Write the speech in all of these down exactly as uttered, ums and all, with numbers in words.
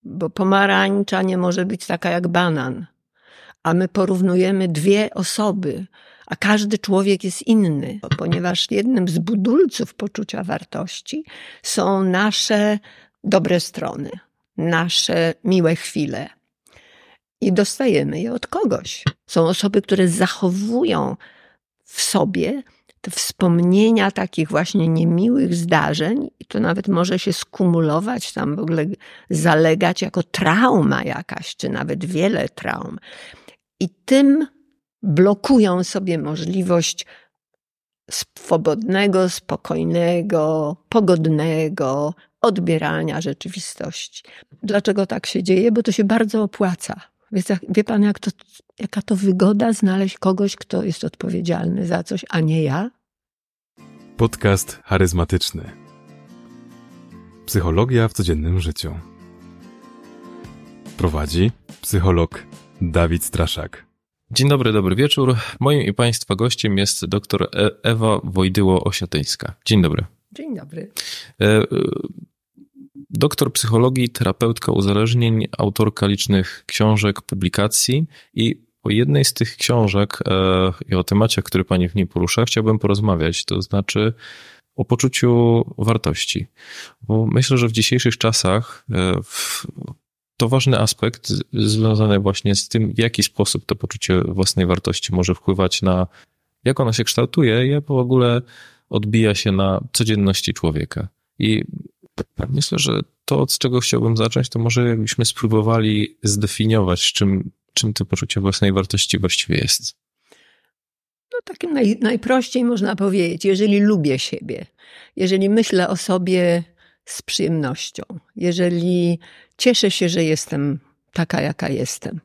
bo pomarańcza nie może być taka jak banan, a my porównujemy dwie osoby, a każdy człowiek jest inny, ponieważ jednym z budulców poczucia wartości są nasze dobre strony, nasze miłe chwile. I dostajemy je od kogoś. Są osoby, które zachowują w sobie te wspomnienia takich właśnie niemiłych zdarzeń i to nawet może się skumulować, tam w ogóle zalegać jako trauma jakaś, czy nawet wiele traum. I tym blokują sobie możliwość swobodnego, spokojnego, pogodnego odbierania rzeczywistości. Dlaczego tak się dzieje? Bo to się bardzo opłaca. Więc wie pan, jak to, jaka to wygoda znaleźć kogoś, kto jest odpowiedzialny za coś, a nie ja? Podcast charyzmatyczny. Psychologia w codziennym życiu. Prowadzi psycholog Dawid Straszak. Dzień dobry, dobry wieczór. Moim i państwa gościem jest dr Ewa Wojdyło-Osiatyńska. Dzień dobry. Dzień dobry. Doktor psychologii, terapeutka uzależnień, autorka licznych książek, publikacji i o jednej z tych książek e, i o temacie, który pani w niej porusza, chciałbym porozmawiać, to znaczy o poczuciu wartości. Bo myślę, że w dzisiejszych czasach e, w, to ważny aspekt związany właśnie z tym, w jaki sposób to poczucie własnej wartości może wpływać na, jak ono się kształtuje, jak w ogóle odbija się na codzienności człowieka. I myślę, że to, od czego chciałbym zacząć, to może jakbyśmy spróbowali zdefiniować, czym, czym to poczucie własnej wartości właściwie jest. No takim naj, najprościej można powiedzieć, jeżeli lubię siebie, jeżeli myślę o sobie z przyjemnością, jeżeli cieszę się, że jestem taka, jaka jestem.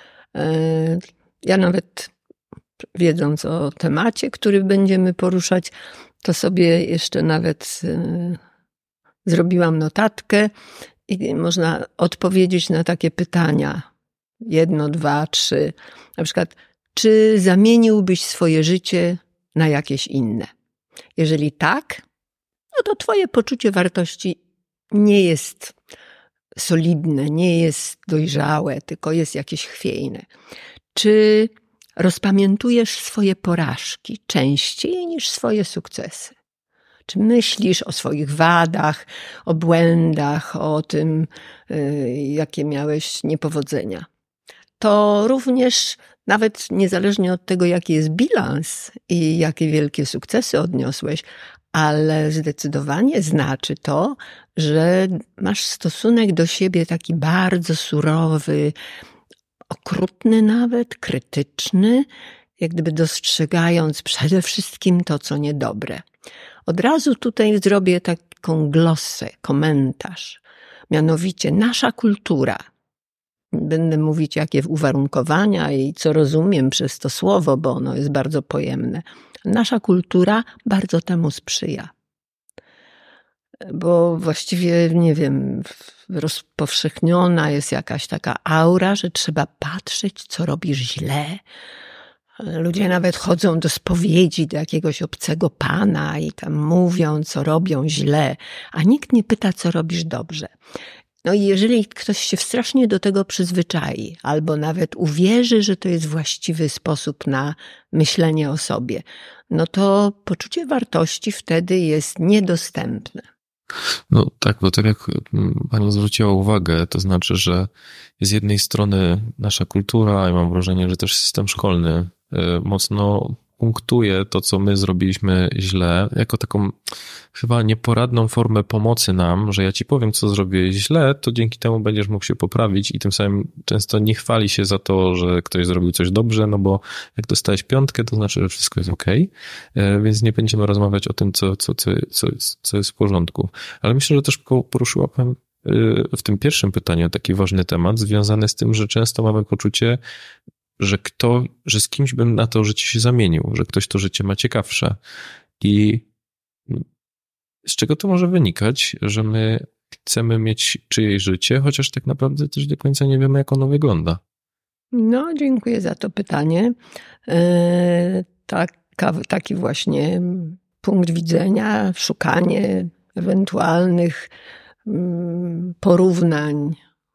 Ja nawet wiedząc o temacie, który będziemy poruszać, to sobie jeszcze nawet zrobiłam notatkę i można odpowiedzieć na takie pytania. Jedno, dwa, trzy. Na przykład, czy zamieniłbyś swoje życie na jakieś inne? Jeżeli tak, no to twoje poczucie wartości nie jest solidne, nie jest dojrzałe, tylko jest jakieś chwiejne. Czy rozpamiętujesz swoje porażki częściej niż swoje sukcesy? Czy myślisz o swoich wadach, o błędach, o tym, jakie miałeś niepowodzenia? To również, nawet niezależnie od tego, jaki jest bilans i jakie wielkie sukcesy odniosłeś, ale zdecydowanie znaczy to, że masz stosunek do siebie taki bardzo surowy, okrutny nawet, krytyczny, jak gdyby dostrzegając przede wszystkim to, co niedobre. Od razu tutaj zrobię taką glosę, komentarz. Mianowicie nasza kultura, będę mówić jakie uwarunkowania i co rozumiem przez to słowo, bo ono jest bardzo pojemne. Nasza kultura bardzo temu sprzyja. Bo właściwie, nie wiem, rozpowszechniona jest jakaś taka aura, że trzeba patrzeć, co robisz źle. Ludzie nawet chodzą do spowiedzi, do jakiegoś obcego pana i tam mówią, co robią źle, a nikt nie pyta, co robisz dobrze. No i jeżeli ktoś się strasznie do tego przyzwyczai, albo nawet uwierzy, że to jest właściwy sposób na myślenie o sobie, no to poczucie wartości wtedy jest niedostępne. No tak, bo tak jak pani zwróciła uwagę, to znaczy, że z jednej strony nasza kultura, i mam wrażenie, że też system szkolny mocno punktuje to, co my zrobiliśmy źle, jako taką chyba nieporadną formę pomocy nam, że ja ci powiem, co zrobiłeś źle, to dzięki temu będziesz mógł się poprawić i tym samym często nie chwali się za to, że ktoś zrobił coś dobrze, no bo jak dostałeś piątkę, to znaczy, że wszystko jest okej, więc nie będziemy rozmawiać o tym, co, co, co, co, jest, co jest w porządku. Ale myślę, że też poruszyła pan w tym pierwszym pytaniu taki ważny temat związany z tym, że często mamy poczucie, że kto, że z kimś bym na to życie się zamienił, że ktoś to życie ma ciekawsze. I z czego to może wynikać, że my chcemy mieć czyjeś życie, chociaż tak naprawdę też do końca nie wiemy, jak ono wygląda. No, dziękuję za to pytanie. Yy, taka, taki właśnie punkt widzenia, szukanie ewentualnych yy, porównań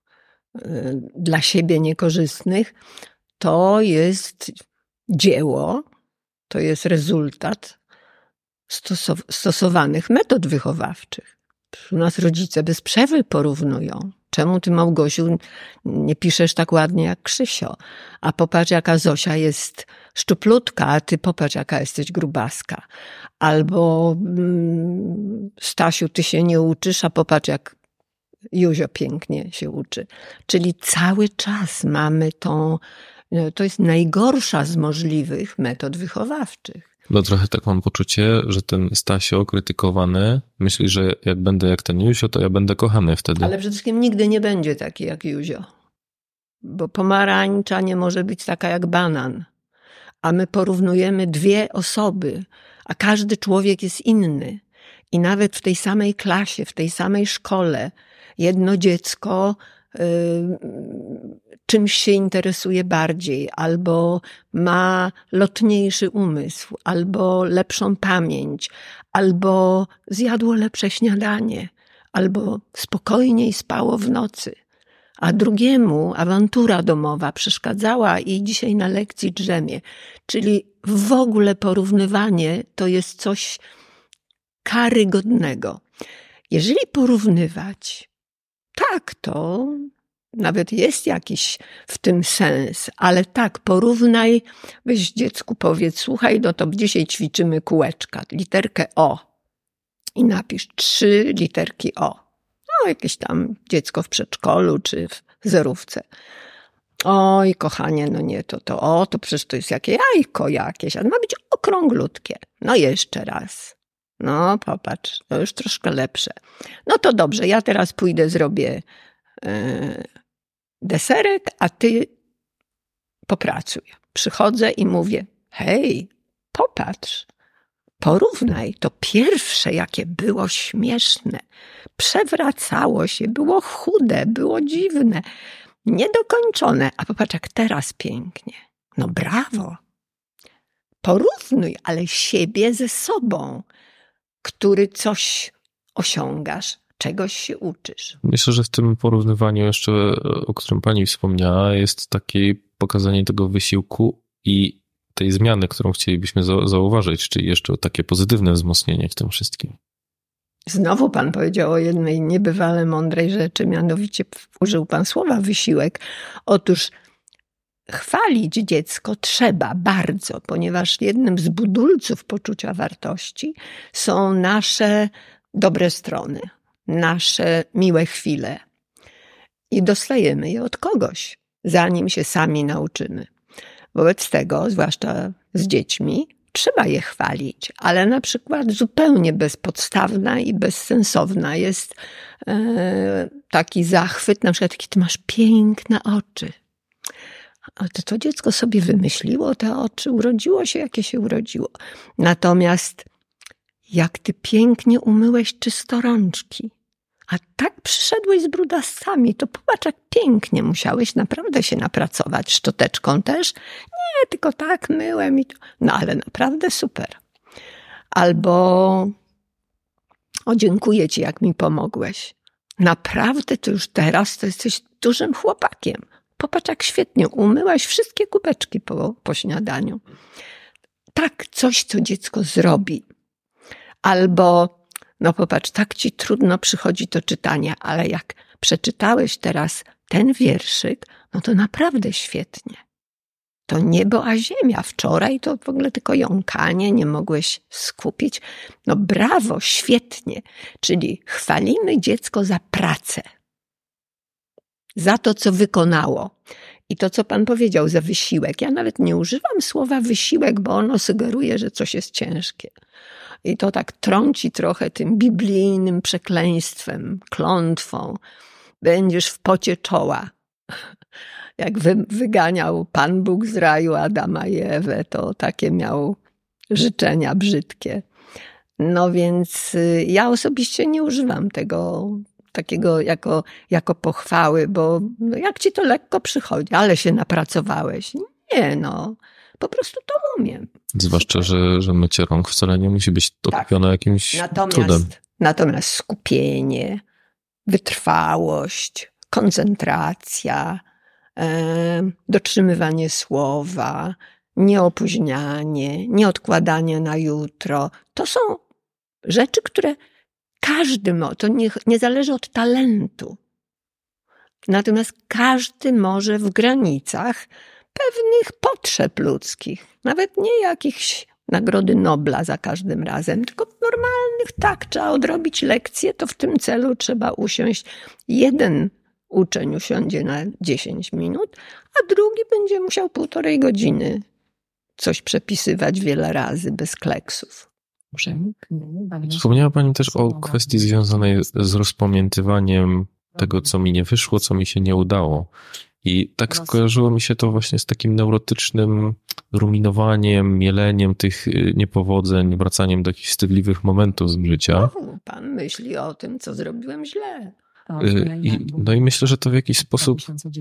dla siebie niekorzystnych, to jest dzieło, to jest rezultat stosow- stosowanych metod wychowawczych. U nas rodzice bez przerwy porównują. Czemu ty, Małgosiu, nie piszesz tak ładnie jak Krzysio? A popatrz, jaka Zosia jest szczuplutka, a ty popatrz, jaka jesteś grubaska. Albo mm, Stasiu, ty się nie uczysz, a popatrz, jak Józio pięknie się uczy. Czyli cały czas mamy tą, to jest najgorsza z możliwych metod wychowawczych. No trochę tak mam poczucie, że ten Stasio krytykowany myśli, że jak będę jak ten Józio, to ja będę kochany wtedy. Ale przede wszystkim nigdy nie będzie taki jak Józio. Bo pomarańcza nie może być taka jak banan. A my porównujemy dwie osoby, a każdy człowiek jest inny. I nawet w tej samej klasie, w tej samej szkole jedno dziecko y, czymś się interesuje bardziej, albo ma lotniejszy umysł, albo lepszą pamięć, albo zjadło lepsze śniadanie, albo spokojniej spało w nocy. A drugiemu awantura domowa przeszkadzała i dzisiaj na lekcji drzemie. Czyli w ogóle porównywanie to jest coś karygodnego. Jeżeli porównywać, tak, to nawet jest jakiś w tym sens, ale tak, porównaj, weź dziecku powiedz, słuchaj, no to dzisiaj ćwiczymy kółeczka, literkę O i napisz trzy literki O. No, jakieś tam dziecko w przedszkolu czy w zerówce. Oj, kochanie, no nie, to to O, to przecież to jest jakieś jajko jakieś, a ma być okrąglutkie. No jeszcze raz. No, popatrz, to już troszkę lepsze. No to dobrze, ja teraz pójdę, zrobię yy, deserek, a ty popracuj. Przychodzę i mówię, hej, popatrz, porównaj, to pierwsze, jakie było śmieszne, przewracało się, było chude, było dziwne, niedokończone, a popatrz, jak teraz pięknie. No brawo. Porównuj, ale siebie ze sobą, który coś osiągasz, czegoś się uczysz. Myślę, że w tym porównywaniu jeszcze, o którym pani wspomniała, jest takie pokazanie tego wysiłku i tej zmiany, którą chcielibyśmy zauważyć, czyli jeszcze takie pozytywne wzmocnienie w tym wszystkim. Znowu pan powiedział o jednej niebywale mądrej rzeczy, mianowicie użył pan słowa wysiłek. Otóż chwalić dziecko trzeba bardzo, ponieważ jednym z budulców poczucia wartości są nasze dobre strony, nasze miłe chwile. I dostajemy je od kogoś, zanim się sami nauczymy. Wobec tego, zwłaszcza z dziećmi, trzeba je chwalić, ale na przykład zupełnie bezpodstawna i bezsensowna jest e, taki zachwyt, na przykład taki, ty masz piękne oczy. A to, to dziecko sobie wymyśliło te oczy, urodziło się, jakie się urodziło. Natomiast jak ty pięknie umyłeś czysto rączki, a tak przyszedłeś z brudascami, to popatrz, jak pięknie musiałeś naprawdę się napracować. Szczoteczką też? Nie, tylko tak myłem i to. No ale naprawdę super. Albo o, dziękuję ci, jak mi pomogłeś. Naprawdę to już teraz to jesteś dużym chłopakiem. Popatrz, jak świetnie umyłaś wszystkie kubeczki po, po śniadaniu. Tak, coś, co dziecko zrobi. Albo, no popatrz, tak ci trudno przychodzi to czytanie, ale jak przeczytałeś teraz ten wierszyk, no to naprawdę świetnie. To niebo a ziemia. Wczoraj to w ogóle tylko jąkanie, nie mogłeś skupić. No brawo, świetnie. Czyli chwalimy dziecko za pracę. Za to, co wykonało. I to, co pan powiedział, za wysiłek. Ja nawet nie używam słowa wysiłek, bo ono sugeruje, że coś jest ciężkie. I to tak trąci trochę tym biblijnym przekleństwem, klątwą. Będziesz w pocie czoła. Jak wy, wyganiał Pan Bóg z raju Adama i Ewę, to takie miał życzenia brzydkie. No więc ja osobiście nie używam tego takiego jako, jako pochwały, bo no jak ci to lekko przychodzi, ale się napracowałeś. Nie no, po prostu to umiem. Zwłaszcza, że, że mycie rąk wcale nie musi być okupione tak. jakimś natomiast, trudem. Natomiast skupienie, wytrwałość, koncentracja, dotrzymywanie słowa, nieopóźnianie, nieodkładanie na jutro. To są rzeczy, które każdy ma, to nie, nie zależy od talentu. Natomiast każdy może w granicach pewnych potrzeb ludzkich, nawet nie jakichś Nagrody Nobla za każdym razem, tylko normalnych, tak, trzeba odrobić lekcje, to w tym celu trzeba usiąść. Jeden uczeń usiądzie na dziesięć minut, a drugi będzie musiał półtorej godziny coś przepisywać wiele razy bez kleksów. Wspomniała Pani też o kwestii związanej z rozpamiętywaniem tego, co mi nie wyszło, co mi się nie udało. I tak skojarzyło mi się to właśnie z takim neurotycznym ruminowaniem, mieleniem tych niepowodzeń, wracaniem do jakichś wstydliwych momentów z życia. O, pan myśli o tym, co zrobiłem źle. I, no i myślę, że to w jakiś sposób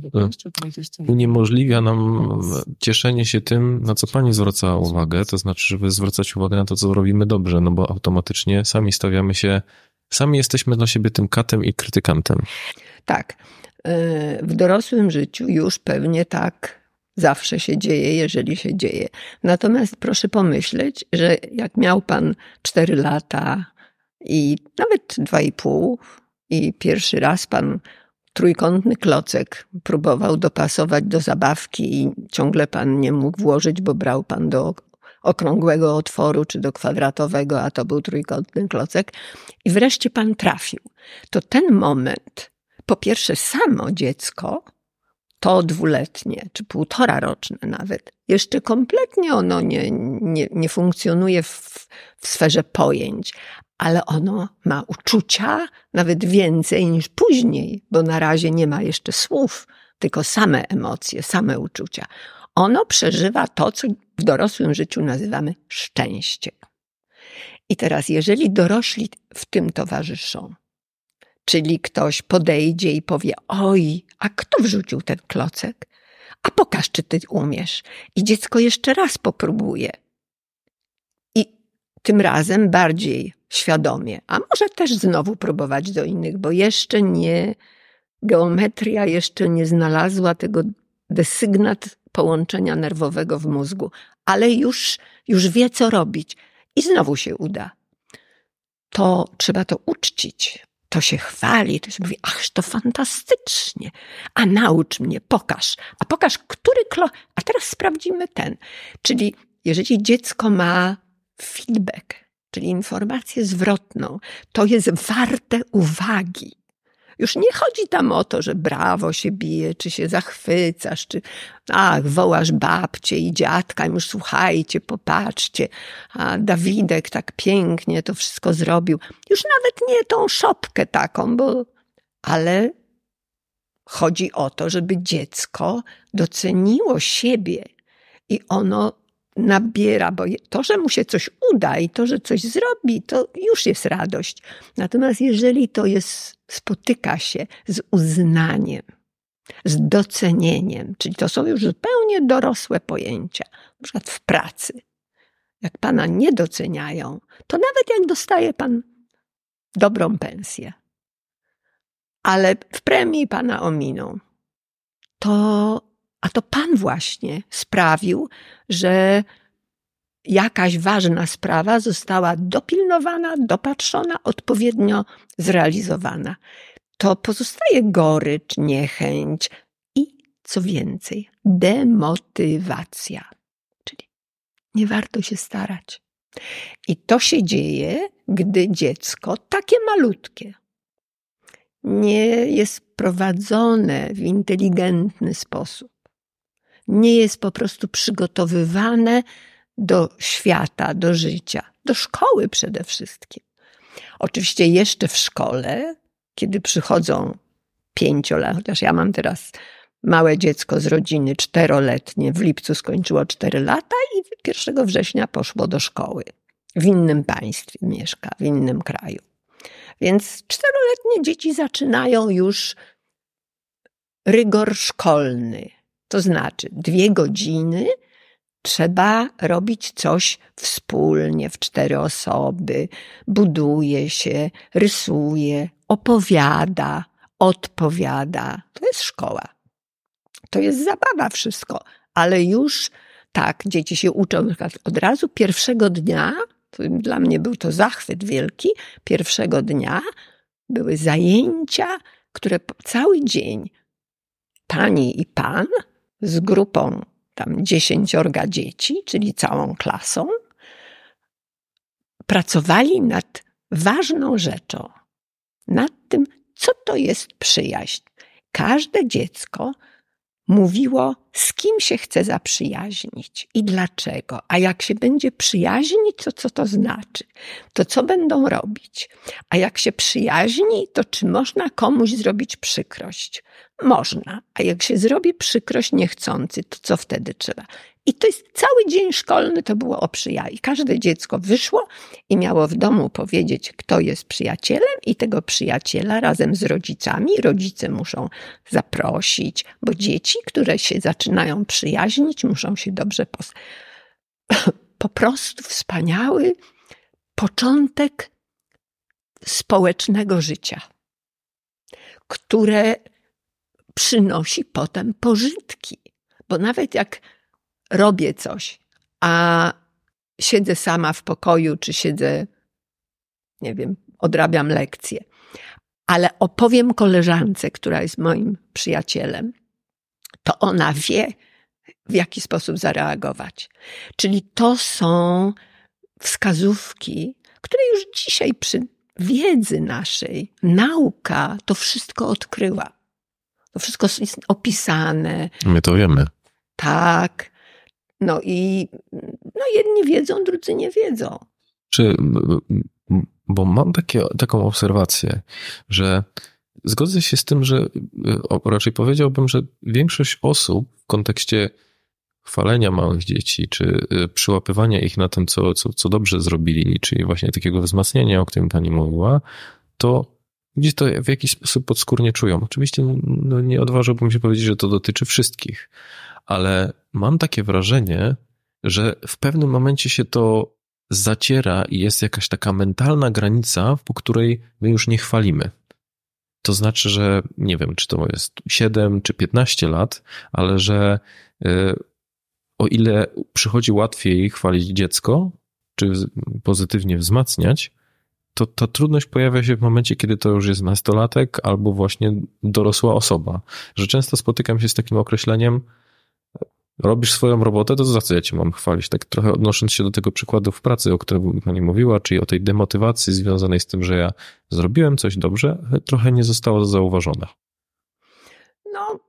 uniemożliwia nam cieszenie się tym, na co Pani zwracała uwagę, to znaczy, żeby zwracać uwagę na to, co robimy dobrze, no bo automatycznie sami stawiamy się, sami jesteśmy dla siebie tym katem i krytykantem. Tak. W dorosłym życiu już pewnie tak zawsze się dzieje, jeżeli się dzieje. Natomiast proszę pomyśleć, że jak miał pan cztery lata i nawet dwa i pół i pierwszy raz pan trójkątny klocek próbował dopasować do zabawki i ciągle pan nie mógł włożyć, bo brał pan do okrągłego otworu czy do kwadratowego, a to był trójkątny klocek i wreszcie pan trafił. To ten moment, po pierwsze samo dziecko, to dwuletnie czy półtora roczne nawet, jeszcze kompletnie ono nie, nie, nie funkcjonuje w, w sferze pojęć, ale ono ma uczucia nawet więcej niż później, bo na razie nie ma jeszcze słów, tylko same emocje, same uczucia. Ono przeżywa to, co w dorosłym życiu nazywamy szczęściem. I teraz, jeżeli dorośli w tym towarzyszą, czyli ktoś podejdzie i powie, oj, a kto wrzucił ten klocek? A pokaż, czy ty umiesz. I dziecko jeszcze raz popróbuje. I tym razem bardziej świadomie, a może też znowu próbować do innych, bo jeszcze nie, geometria jeszcze nie znalazła tego desygnat połączenia nerwowego w mózgu, ale już, już wie, co robić. I znowu się uda. To trzeba to uczcić. To się chwali, to się mówi, ach, to fantastycznie, a naucz mnie, pokaż, a pokaż, który klocek, a teraz sprawdzimy ten. Czyli jeżeli dziecko ma feedback, czyli informację zwrotną, to jest warte uwagi. Już nie chodzi tam o to, że brawo się bije, czy się zachwycasz, czy ach, wołasz babcię i dziadka, już słuchajcie, popatrzcie, a Dawidek tak pięknie to wszystko zrobił. Już nawet nie tą szopkę taką, bo, ale chodzi o to, żeby dziecko doceniło siebie i ono nabiera, bo to, że mu się coś uda i to, że coś zrobi, to już jest radość. Natomiast jeżeli to jest, spotyka się z uznaniem, z docenieniem, czyli to są już zupełnie dorosłe pojęcia, na przykład w pracy. Jak pana nie doceniają, to nawet jak dostaje pan dobrą pensję, ale w premii pana ominą, to a to pan właśnie sprawił, że jakaś ważna sprawa została dopilnowana, dopatrzona, odpowiednio zrealizowana. To pozostaje gorycz, niechęć i co więcej, demotywacja. Czyli nie warto się starać. I to się dzieje, gdy dziecko, takie malutkie, nie jest prowadzone w inteligentny sposób. Nie jest po prostu przygotowywane do świata, do życia, do szkoły przede wszystkim. Oczywiście jeszcze w szkole, kiedy przychodzą pięciolatki, chociaż ja mam teraz małe dziecko z rodziny czteroletnie, w lipcu skończyło cztery lata i pierwszego września poszło do szkoły. W innym państwie mieszka, w innym kraju. Więc czteroletnie dzieci zaczynają już rygor szkolny. To znaczy dwie godziny trzeba robić coś wspólnie, w cztery osoby, buduje się, rysuje, opowiada, odpowiada. To jest szkoła. To jest zabawa wszystko, ale już tak, dzieci się uczą na przykład od razu pierwszego dnia, to dla mnie był to zachwyt wielki, pierwszego dnia były zajęcia, które cały dzień pani i pan z grupą tam dziesięciorga dzieci, czyli całą klasą, pracowali nad ważną rzeczą, nad tym, co to jest przyjaźń. Każde dziecko mówiło, z kim się chce zaprzyjaźnić i dlaczego. A jak się będzie przyjaźnić, to co to znaczy? To co będą robić? A jak się przyjaźni, to czy można komuś zrobić przykrość? Można. A jak się zrobi przykrość niechcący, to co wtedy trzeba? I to jest cały dzień szkolny, to było o przyjaźni. Każde dziecko wyszło i miało w domu powiedzieć, kto jest przyjacielem i tego przyjaciela razem z rodzicami. Rodzice muszą zaprosić, bo dzieci, które się zaczynają przyjaźnić, muszą się dobrze pos... Po prostu wspaniały początek społecznego życia, które przynosi potem pożytki. Bo nawet jak robię coś, a siedzę sama w pokoju, czy siedzę, nie wiem, odrabiam lekcje, ale opowiem koleżance, która jest moim przyjacielem, to ona wie, w jaki sposób zareagować. Czyli to są wskazówki, które już dzisiaj przy wiedzy naszej, nauka to wszystko odkryła. To wszystko jest opisane. My to wiemy. Tak. No i no jedni wiedzą, drudzy nie wiedzą. Czy, bo mam takie, taką obserwację, że zgodzę się z tym, że raczej powiedziałbym, że większość osób w kontekście chwalenia małych dzieci, czy przyłapywania ich na tym, co, co, co dobrze zrobili, czyli właśnie takiego wzmacniania, o którym pani mówiła, to gdzieś to w jakiś sposób podskórnie czują. Oczywiście no, nie odważyłbym się powiedzieć, że to dotyczy wszystkich, ale mam takie wrażenie, że w pewnym momencie się to zaciera i jest jakaś taka mentalna granica, po której my już nie chwalimy. To znaczy, że nie wiem, czy to jest siedem czy piętnaście lat, ale że y, o ile przychodzi łatwiej chwalić dziecko, czy pozytywnie wzmacniać, to ta trudność pojawia się w momencie, kiedy to już jest nastolatek albo właśnie dorosła osoba. Że często spotykam się z takim określeniem: robisz swoją robotę, to za co ja cię mam chwalić? Tak trochę odnosząc się do tego przykładu w pracy, o którym pani mówiła, czyli o tej demotywacji związanej z tym, że ja zrobiłem coś dobrze, ale trochę nie zostało zauważone. No,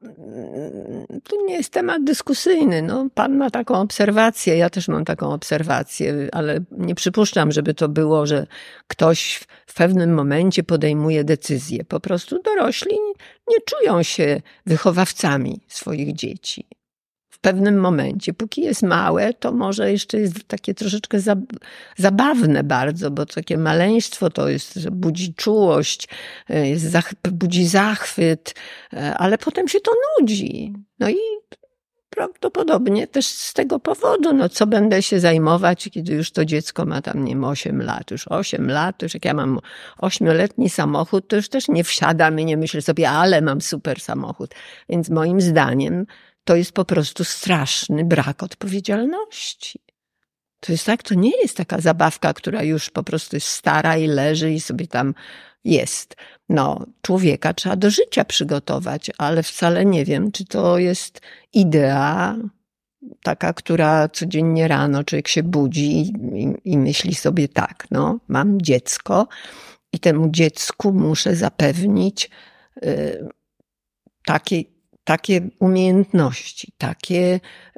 to nie jest temat dyskusyjny. No, pan ma taką obserwację, ja też mam taką obserwację, ale nie przypuszczam, żeby to było, że ktoś w pewnym momencie podejmuje decyzję. Po prostu dorośli nie czują się wychowawcami swoich dzieci. W pewnym momencie, póki jest małe, to może jeszcze jest takie troszeczkę zabawne bardzo, bo takie maleństwo to jest, budzi czułość, jest, budzi zachwyt, ale potem się to nudzi. No i prawdopodobnie też z tego powodu, no co będę się zajmować, kiedy już to dziecko ma tam, nie wiem, osiem lat, już osiem lat, to już jak ja mam ośmioletni samochód, to już też nie wsiadam i nie myślę sobie, ale mam super samochód. Więc moim zdaniem to jest po prostu straszny brak odpowiedzialności. To jest tak, to nie jest taka zabawka, która już po prostu jest stara i leży i sobie tam jest. No, człowieka trzeba do życia przygotować, ale wcale nie wiem, czy to jest idea taka, która codziennie rano człowiek się budzi i, i, i myśli sobie tak, no, mam dziecko i temu dziecku muszę zapewnić y, takie Takie umiejętności, takie...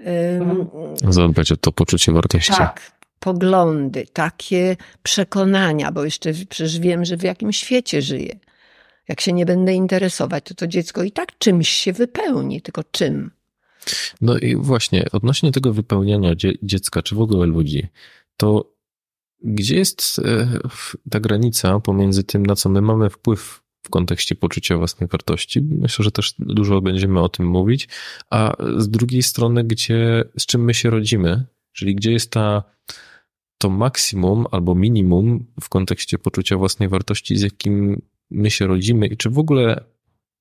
Um, Zadbać o to poczucie wartości. Tak, poglądy, takie przekonania, bo jeszcze przecież wiem, że w jakim świecie żyję. Jak się nie będę interesować, to to dziecko i tak czymś się wypełni, tylko czym? No i właśnie, odnośnie tego wypełniania dzie- dziecka, czy w ogóle ludzi, to gdzie jest ta granica pomiędzy tym, na co my mamy wpływ w kontekście poczucia własnej wartości? Myślę, że też dużo będziemy o tym mówić. A z drugiej strony, gdzie, z czym my się rodzimy, czyli gdzie jest ta, to maksimum albo minimum w kontekście poczucia własnej wartości, z jakim my się rodzimy i czy w ogóle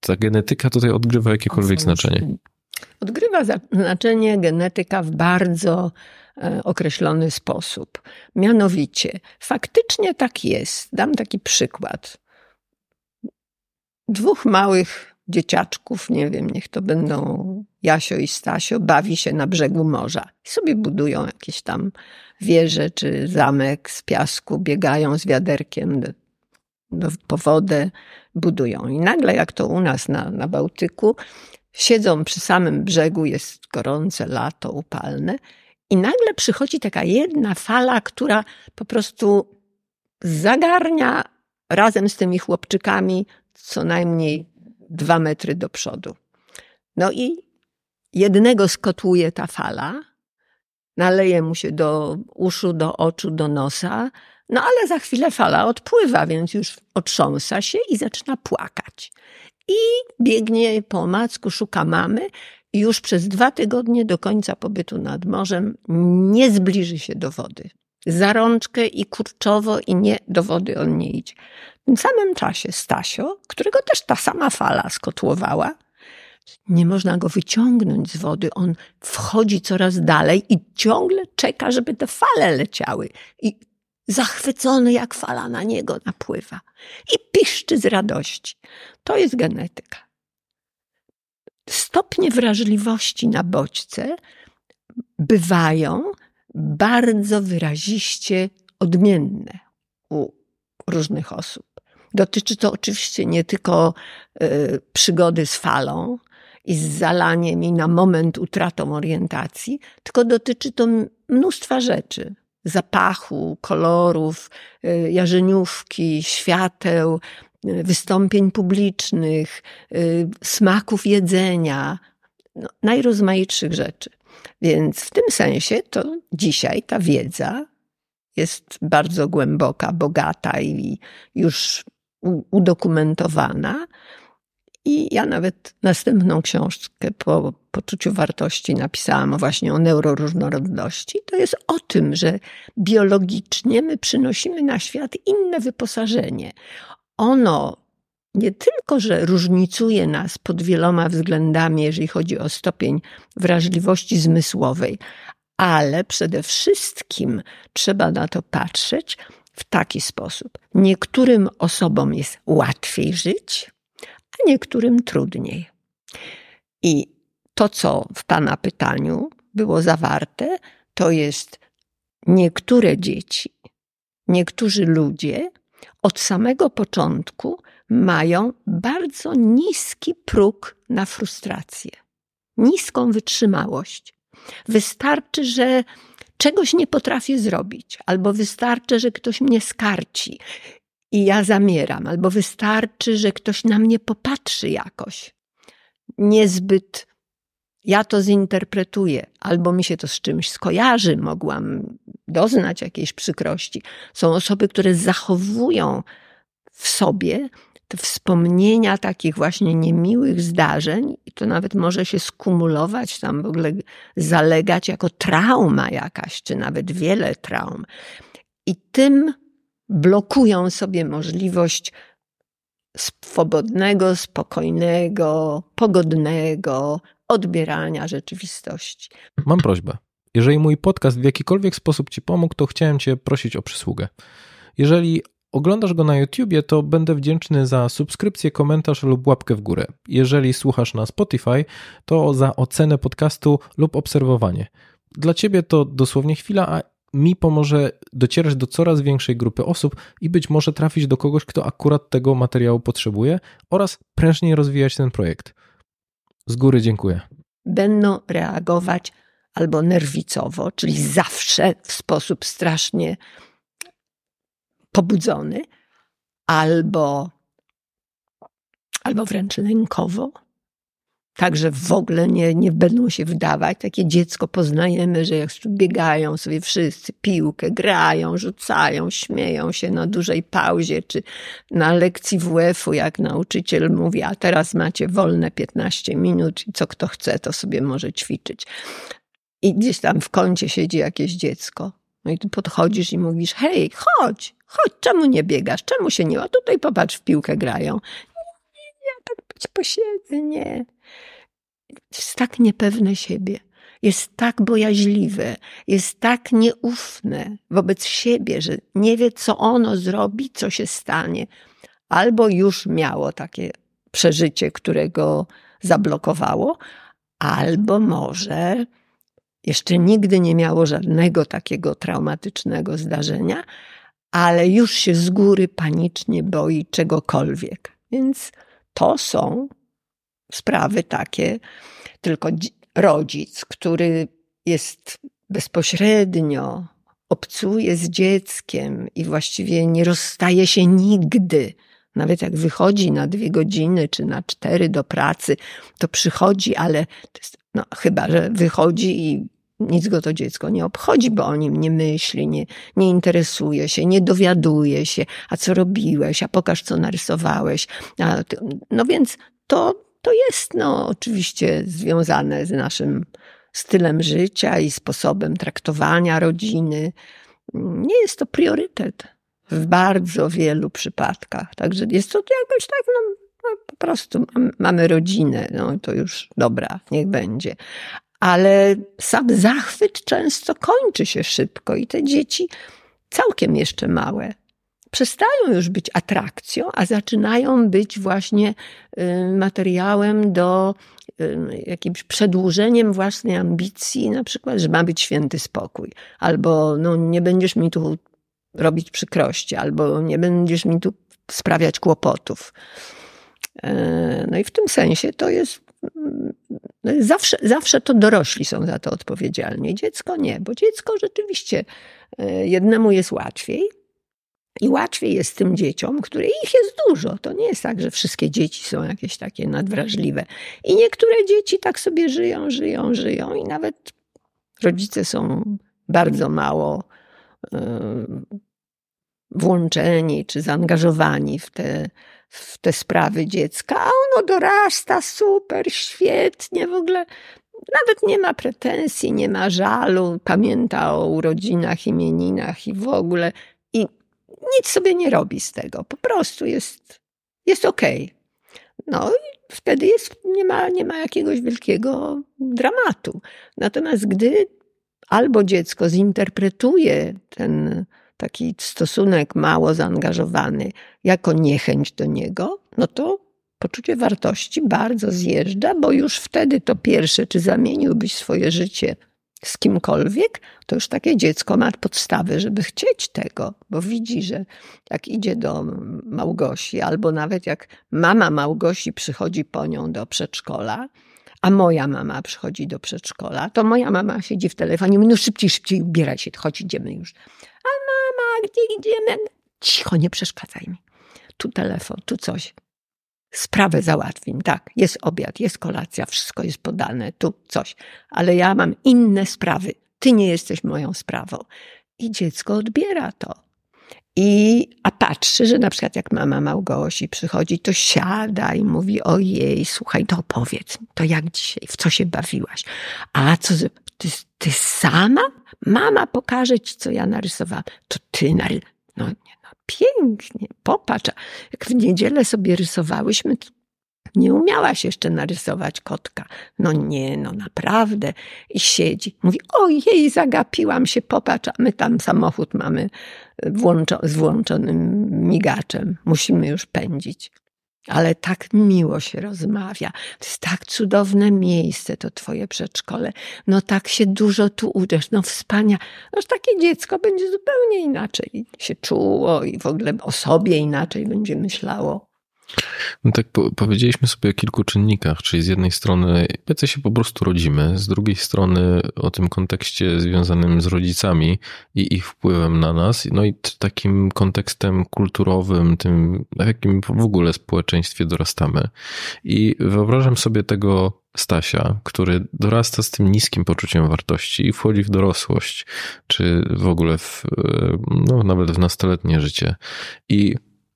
ta genetyka tutaj odgrywa jakiekolwiek znaczenie? Odgrywa znaczenie genetyka w bardzo e, określony sposób. Mianowicie, faktycznie tak jest. Dam taki przykład. Dwóch małych dzieciaczków, nie wiem, niech to będą Jasio i Stasio, bawi się na brzegu morza. I sobie budują jakieś tam wieże czy zamek z piasku, biegają z wiaderkiem do, do, po wodę, budują. I nagle, jak to u nas na, na Bałtyku, siedzą przy samym brzegu, jest gorące lato, upalne i nagle przychodzi taka jedna fala, która po prostu zagarnia razem z tymi chłopczykami co najmniej dwa metry do przodu. No i jednego skotłuje ta fala, naleje mu się do uszu, do oczu, do nosa, no ale za chwilę fala odpływa, więc już otrząsa się i zaczyna płakać. I biegnie po omacku, szuka mamy i już przez dwa tygodnie do końca pobytu nad morzem nie zbliży się do wody. Za rączkę i kurczowo i nie do wody on nie idzie. W tym samym czasie Stasio, którego też ta sama fala skotłowała, nie można go wyciągnąć z wody. On wchodzi coraz dalej i ciągle czeka, żeby te fale leciały. I zachwycony jak fala na niego napływa. I piszczy z radości. To jest genetyka. Stopnie wrażliwości na bodźce bywają bardzo wyraziście odmienne u różnych osób. Dotyczy to oczywiście nie tylko y, przygody z falą i z zalaniem i na moment utratą orientacji, tylko dotyczy to mnóstwa rzeczy. Zapachu, kolorów, y, jarzeniówki, świateł, y, wystąpień publicznych, y, smaków jedzenia, no, najrozmaitszych rzeczy. Więc w tym sensie to dzisiaj ta wiedza jest bardzo głęboka, bogata i już udokumentowana. I ja nawet następną książkę po poczuciu wartości napisałam właśnie o neuroróżnorodności. To jest o tym, że biologicznie my przynosimy na świat inne wyposażenie. Ono nie tylko, że różnicuje nas pod wieloma względami, jeżeli chodzi o stopień wrażliwości zmysłowej, ale przede wszystkim trzeba na to patrzeć w taki sposób. Niektórym osobom jest łatwiej żyć, a niektórym trudniej. I to, co w Pana pytaniu było zawarte, to jest niektóre dzieci, niektórzy ludzie od samego początku mają bardzo niski próg na frustrację, niską wytrzymałość. Wystarczy, że czegoś nie potrafię zrobić, albo wystarczy, że ktoś mnie skarci i ja zamieram, albo wystarczy, że ktoś na mnie popatrzy jakoś. Niezbyt ja to zinterpretuję, albo mi się to z czymś skojarzy, mogłam doznać jakiejś przykrości. Są osoby, które zachowują w sobie te wspomnienia takich właśnie niemiłych zdarzeń i to nawet może się skumulować, tam w ogóle zalegać jako trauma jakaś, czy nawet wiele traum. I tym blokują sobie możliwość swobodnego, spokojnego, pogodnego odbierania rzeczywistości. Mam prośbę. Jeżeli mój podcast w jakikolwiek sposób Ci pomógł, to chciałem Cię prosić o przysługę. Jeżeli oglądasz go na YouTubie, to będę wdzięczny za subskrypcję, komentarz lub łapkę w górę. Jeżeli słuchasz na Spotify, to za ocenę podcastu lub obserwowanie. Dla Ciebie to dosłownie chwila, a mi pomoże docierać do coraz większej grupy osób i być może trafić do kogoś, kto akurat tego materiału potrzebuje oraz prężniej rozwijać ten projekt. Z góry dziękuję. Będą reagować albo nerwicowo, czyli zawsze w sposób strasznie pobudzony, albo, albo wręcz lękowo. Także w ogóle nie, nie będą się wdawać. Takie dziecko poznajemy, że jak biegają sobie wszyscy, piłkę, grają, rzucają, śmieją się na dużej pauzie, czy na lekcji W F-u, jak nauczyciel mówi, a teraz macie wolne piętnaście minut i co kto chce, to sobie może ćwiczyć. I gdzieś tam w kącie siedzi jakieś dziecko. No i tu podchodzisz i mówisz, hej, chodź, chodź, czemu nie biegasz, czemu się nie... A tutaj popatrz, w piłkę grają. Ja tak posiedzę, nie. Jest tak niepewne siebie. Jest tak bojaźliwe, jest tak nieufne wobec siebie, że nie wie, co ono zrobi, co się stanie. Albo już miało takie przeżycie, które go zablokowało, albo może jeszcze nigdy nie miało żadnego takiego traumatycznego zdarzenia, ale już się z góry panicznie boi czegokolwiek. Więc to są sprawy takie, tylko rodzic, który jest bezpośrednio, obcuje z dzieckiem i właściwie nie rozstaje się nigdy. Nawet jak wychodzi na dwie godziny czy na cztery do pracy, to przychodzi, ale to jest, no, chyba że wychodzi i nic go to dziecko nie obchodzi, bo o nim nie myśli, nie, nie interesuje się, nie dowiaduje się, a co robiłeś, a pokaż, co narysowałeś. A, no więc to, to jest no, oczywiście związane z naszym stylem życia i sposobem traktowania rodziny. Nie jest to priorytet w bardzo wielu przypadkach. Także jest to jakoś tak, no, no po prostu mamy rodzinę, no to już dobra, niech będzie. Ale sam zachwyt często kończy się szybko i te dzieci całkiem jeszcze małe przestają już być atrakcją, a zaczynają być właśnie materiałem do jakimś przedłużeniem własnej ambicji, na przykład, że ma być święty spokój, albo no, nie będziesz mi tu robić przykrości, albo nie będziesz mi tu sprawiać kłopotów. No i w tym sensie to jest zawsze, zawsze to dorośli są za to odpowiedzialni. Dziecko nie, bo dziecko rzeczywiście jednemu jest łatwiej i łatwiej jest tym dzieciom, które ich jest dużo. To nie jest tak, że wszystkie dzieci są jakieś takie nadwrażliwe. I niektóre dzieci tak sobie żyją, żyją, żyją i nawet rodzice są bardzo mało włączeni czy zaangażowani w te, w te sprawy dziecka, a ono dorasta super, świetnie, w ogóle nawet nie ma pretensji, nie ma żalu, pamięta o urodzinach, imieninach i w ogóle i nic sobie nie robi z tego, po prostu jest, jest okej. No i wtedy jest, nie ma, nie ma jakiegoś wielkiego dramatu. Natomiast gdy albo dziecko zinterpretuje ten taki stosunek mało zaangażowany jako niechęć do niego, no to poczucie wartości bardzo zjeżdża, bo już wtedy to pierwsze, czy zamieniłbyś swoje życie z kimkolwiek, to już takie dziecko ma podstawy, żeby chcieć tego, bo widzi, że jak idzie do Małgosi, albo nawet jak mama Małgosi przychodzi po nią do przedszkola, a moja mama przychodzi do przedszkola, to moja mama siedzi w telefonie i mówi, no szybciej, szybciej, ubieraj się, chodź, idziemy już. A mama, gdzie idziemy? Cicho, nie przeszkadzaj mi. Tu telefon, tu coś. Sprawę załatwim, tak, jest obiad, jest kolacja, wszystko jest podane, tu coś. Ale ja mam inne sprawy. Ty nie jesteś moją sprawą. I dziecko odbiera to. I, a patrzy, że na przykład jak mama Małgosi przychodzi, to siada i mówi, ojej, słuchaj, to opowiedz mi, to jak dzisiaj, w co się bawiłaś? A co, ty, ty sama? Mama pokaże ci, co ja narysowałam. To ty narysowałam. No, no pięknie, popatrz. Jak w niedzielę sobie rysowałyśmy, to nie umiałaś jeszcze narysować kotka. No nie, no naprawdę. I siedzi. Mówi, ojej, zagapiłam się, popatrz, a my tam samochód mamy włączo- z włączonym migaczem. Musimy już pędzić. Ale tak miło się rozmawia. To jest tak cudowne miejsce, to twoje przedszkole. No tak się dużo tu uczysz. No wspaniale. Noż takie dziecko będzie zupełnie inaczej się czuło i w ogóle o sobie inaczej będzie myślało. No tak po, powiedzieliśmy sobie o kilku czynnikach, czyli z jednej strony jacy się po prostu rodzimy, z drugiej strony o tym kontekście związanym z rodzicami i ich wpływem na nas, no i takim kontekstem kulturowym, tym w jakim w ogóle społeczeństwie dorastamy. I wyobrażam sobie tego Stasia, który dorasta z tym niskim poczuciem wartości i wchodzi w dorosłość, czy w ogóle w, no, nawet w nastoletnie życie. I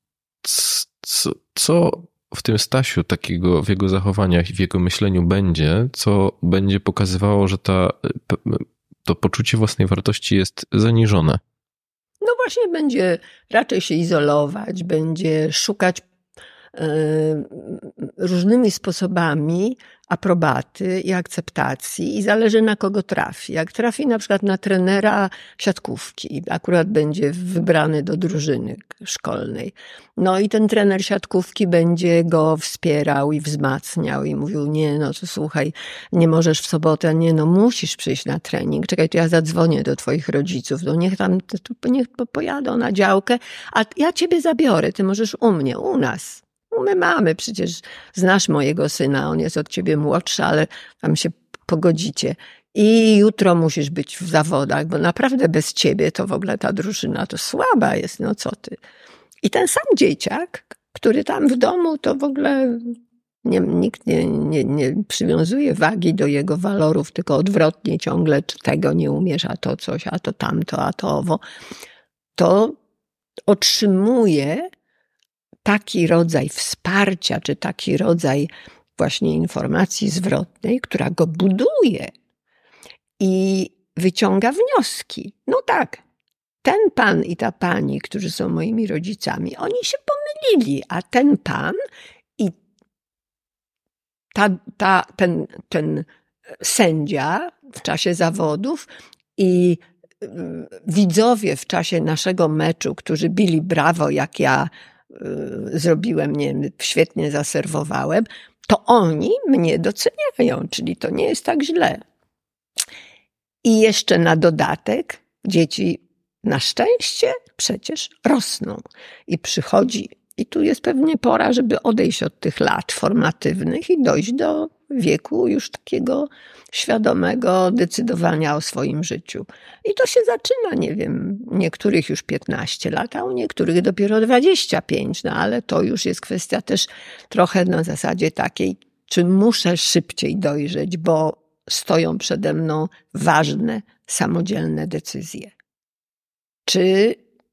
Co, co w tym Stasiu takiego, w jego zachowaniach i w jego myśleniu będzie, co będzie pokazywało, że ta, to poczucie własnej wartości jest zaniżone? No właśnie będzie raczej się izolować, będzie szukać różnymi sposobami aprobaty i akceptacji i zależy na kogo trafi. Jak trafi na przykład na trenera siatkówki, akurat będzie wybrany do drużyny szkolnej, no i ten trener siatkówki będzie go wspierał i wzmacniał i mówił, nie no to słuchaj, nie możesz w sobotę, nie no musisz przyjść na trening, czekaj, to ja zadzwonię do twoich rodziców, no niech tam, niech pojadą na działkę, a ja ciebie zabiorę, ty możesz u mnie, u nas. My mamy, przecież znasz mojego syna, on jest od ciebie młodszy, ale tam się pogodzicie. I jutro musisz być w zawodach, bo naprawdę bez ciebie to w ogóle ta drużyna to słaba jest, no co ty. I ten sam dzieciak, który tam w domu to w ogóle nie, nikt nie, nie, nie przywiązuje wagi do jego walorów, tylko odwrotnie ciągle, czy tego nie umiesz, a to coś, a to tamto, a to owo, to otrzymuje taki rodzaj wsparcia, czy taki rodzaj właśnie informacji zwrotnej, która go buduje i wyciąga wnioski. No tak, ten pan i ta pani, którzy są moimi rodzicami, oni się pomylili, a ten pan i ta, ta, ten, ten sędzia w czasie zawodów i widzowie w czasie naszego meczu, którzy bili brawo, jak ja zrobiłem, nie wiem, świetnie zaserwowałem, to oni mnie doceniają, czyli to nie jest tak źle. I jeszcze na dodatek dzieci na szczęście przecież rosną i przychodzi, i tu jest pewnie pora, żeby odejść od tych lat formatywnych i dojść do wieku już takiego świadomego decydowania o swoim życiu. I to się zaczyna, nie wiem, niektórych już piętnaście lat, a u niektórych dopiero dwadzieścia pięć, no ale to już jest kwestia też trochę na zasadzie takiej, czy muszę szybciej dojrzeć, bo stoją przede mną ważne, samodzielne decyzje. Czy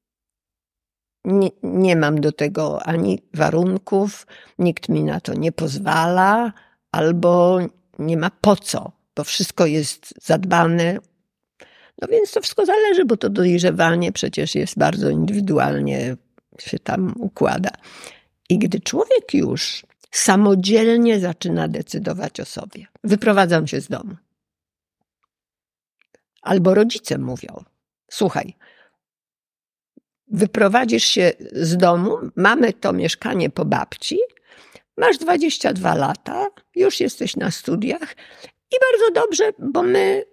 nie, nie mam do tego ani warunków, nikt mi na to nie pozwala, albo nie ma po co, bo wszystko jest zadbane. No więc to wszystko zależy, bo to dojrzewanie przecież jest bardzo indywidualnie, się tam układa. I gdy człowiek już samodzielnie zaczyna decydować o sobie, wyprowadzam się z domu. Albo rodzice mówią, słuchaj, wyprowadzisz się z domu, mamy to mieszkanie po babci, masz dwadzieścia dwa lata, już jesteś na studiach i bardzo dobrze, bo my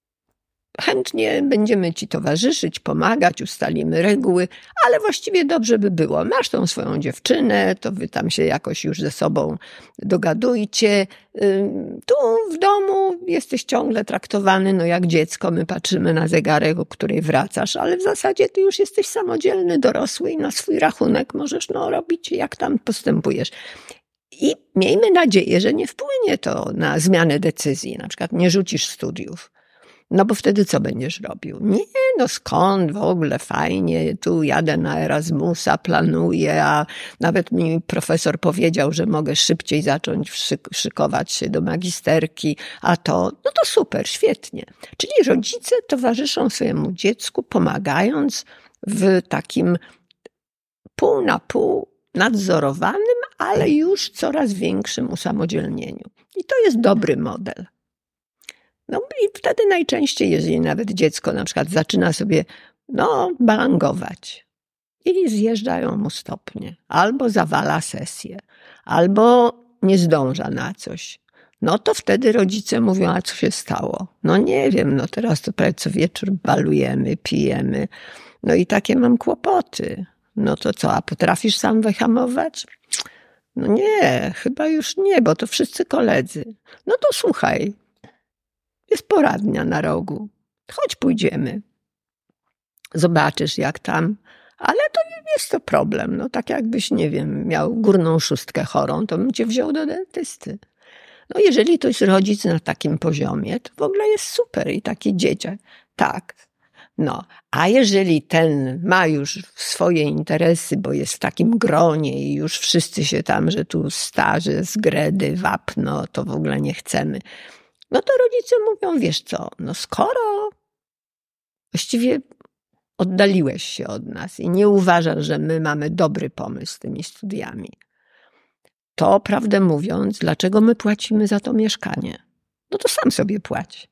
chętnie będziemy ci towarzyszyć, pomagać, ustalimy reguły, ale właściwie dobrze by było. Masz tą swoją dziewczynę, to wy tam się jakoś już ze sobą dogadujcie. Tu w domu jesteś ciągle traktowany no jak dziecko. My patrzymy na zegarek, o której wracasz, ale w zasadzie ty już jesteś samodzielny, dorosły i na swój rachunek możesz no robić, jak tam postępujesz. I miejmy nadzieję, że nie wpłynie to na zmianę decyzji. Na przykład nie rzucisz studiów. No bo wtedy co będziesz robił? Nie, no skąd w ogóle fajnie, tu jadę na Erasmusa, planuję, a nawet mi profesor powiedział, że mogę szybciej zacząć szyk- szykować się do magisterki, a to, no to super, świetnie. Czyli rodzice towarzyszą swojemu dziecku, pomagając w takim pół na pół nadzorowanym, ale już coraz większym usamodzielnieniu. I to jest dobry model. No i wtedy najczęściej, jeżeli nawet dziecko na przykład zaczyna sobie, no, balangować i zjeżdżają mu stopnie, albo zawala sesję, albo nie zdąża na coś, no to wtedy rodzice mówią, a co się stało? No nie wiem, no teraz to prawie co wieczór balujemy, pijemy, no i takie mam kłopoty. No to co, a potrafisz sam wyhamować? No nie, chyba już nie, bo to wszyscy koledzy. No to słuchaj, jest poradnia na rogu. Chodź, pójdziemy. Zobaczysz, jak tam. Ale to nie jest to problem. No tak jakbyś, nie wiem, miał górną szóstkę chorą, to bym cię wziął do dentysty. No jeżeli to jest rodzic na takim poziomie, to w ogóle jest super i taki dzieciak. Tak. No, a jeżeli ten ma już swoje interesy, bo jest w takim gronie i już wszyscy się tam, że tu starzy, zgredy, wapno, to w ogóle nie chcemy. No to rodzice mówią, wiesz co, no skoro właściwie oddaliłeś się od nas i nie uważasz, że my mamy dobry pomysł z tymi studiami, to prawdę mówiąc, dlaczego my płacimy za to mieszkanie? No to sam sobie płać.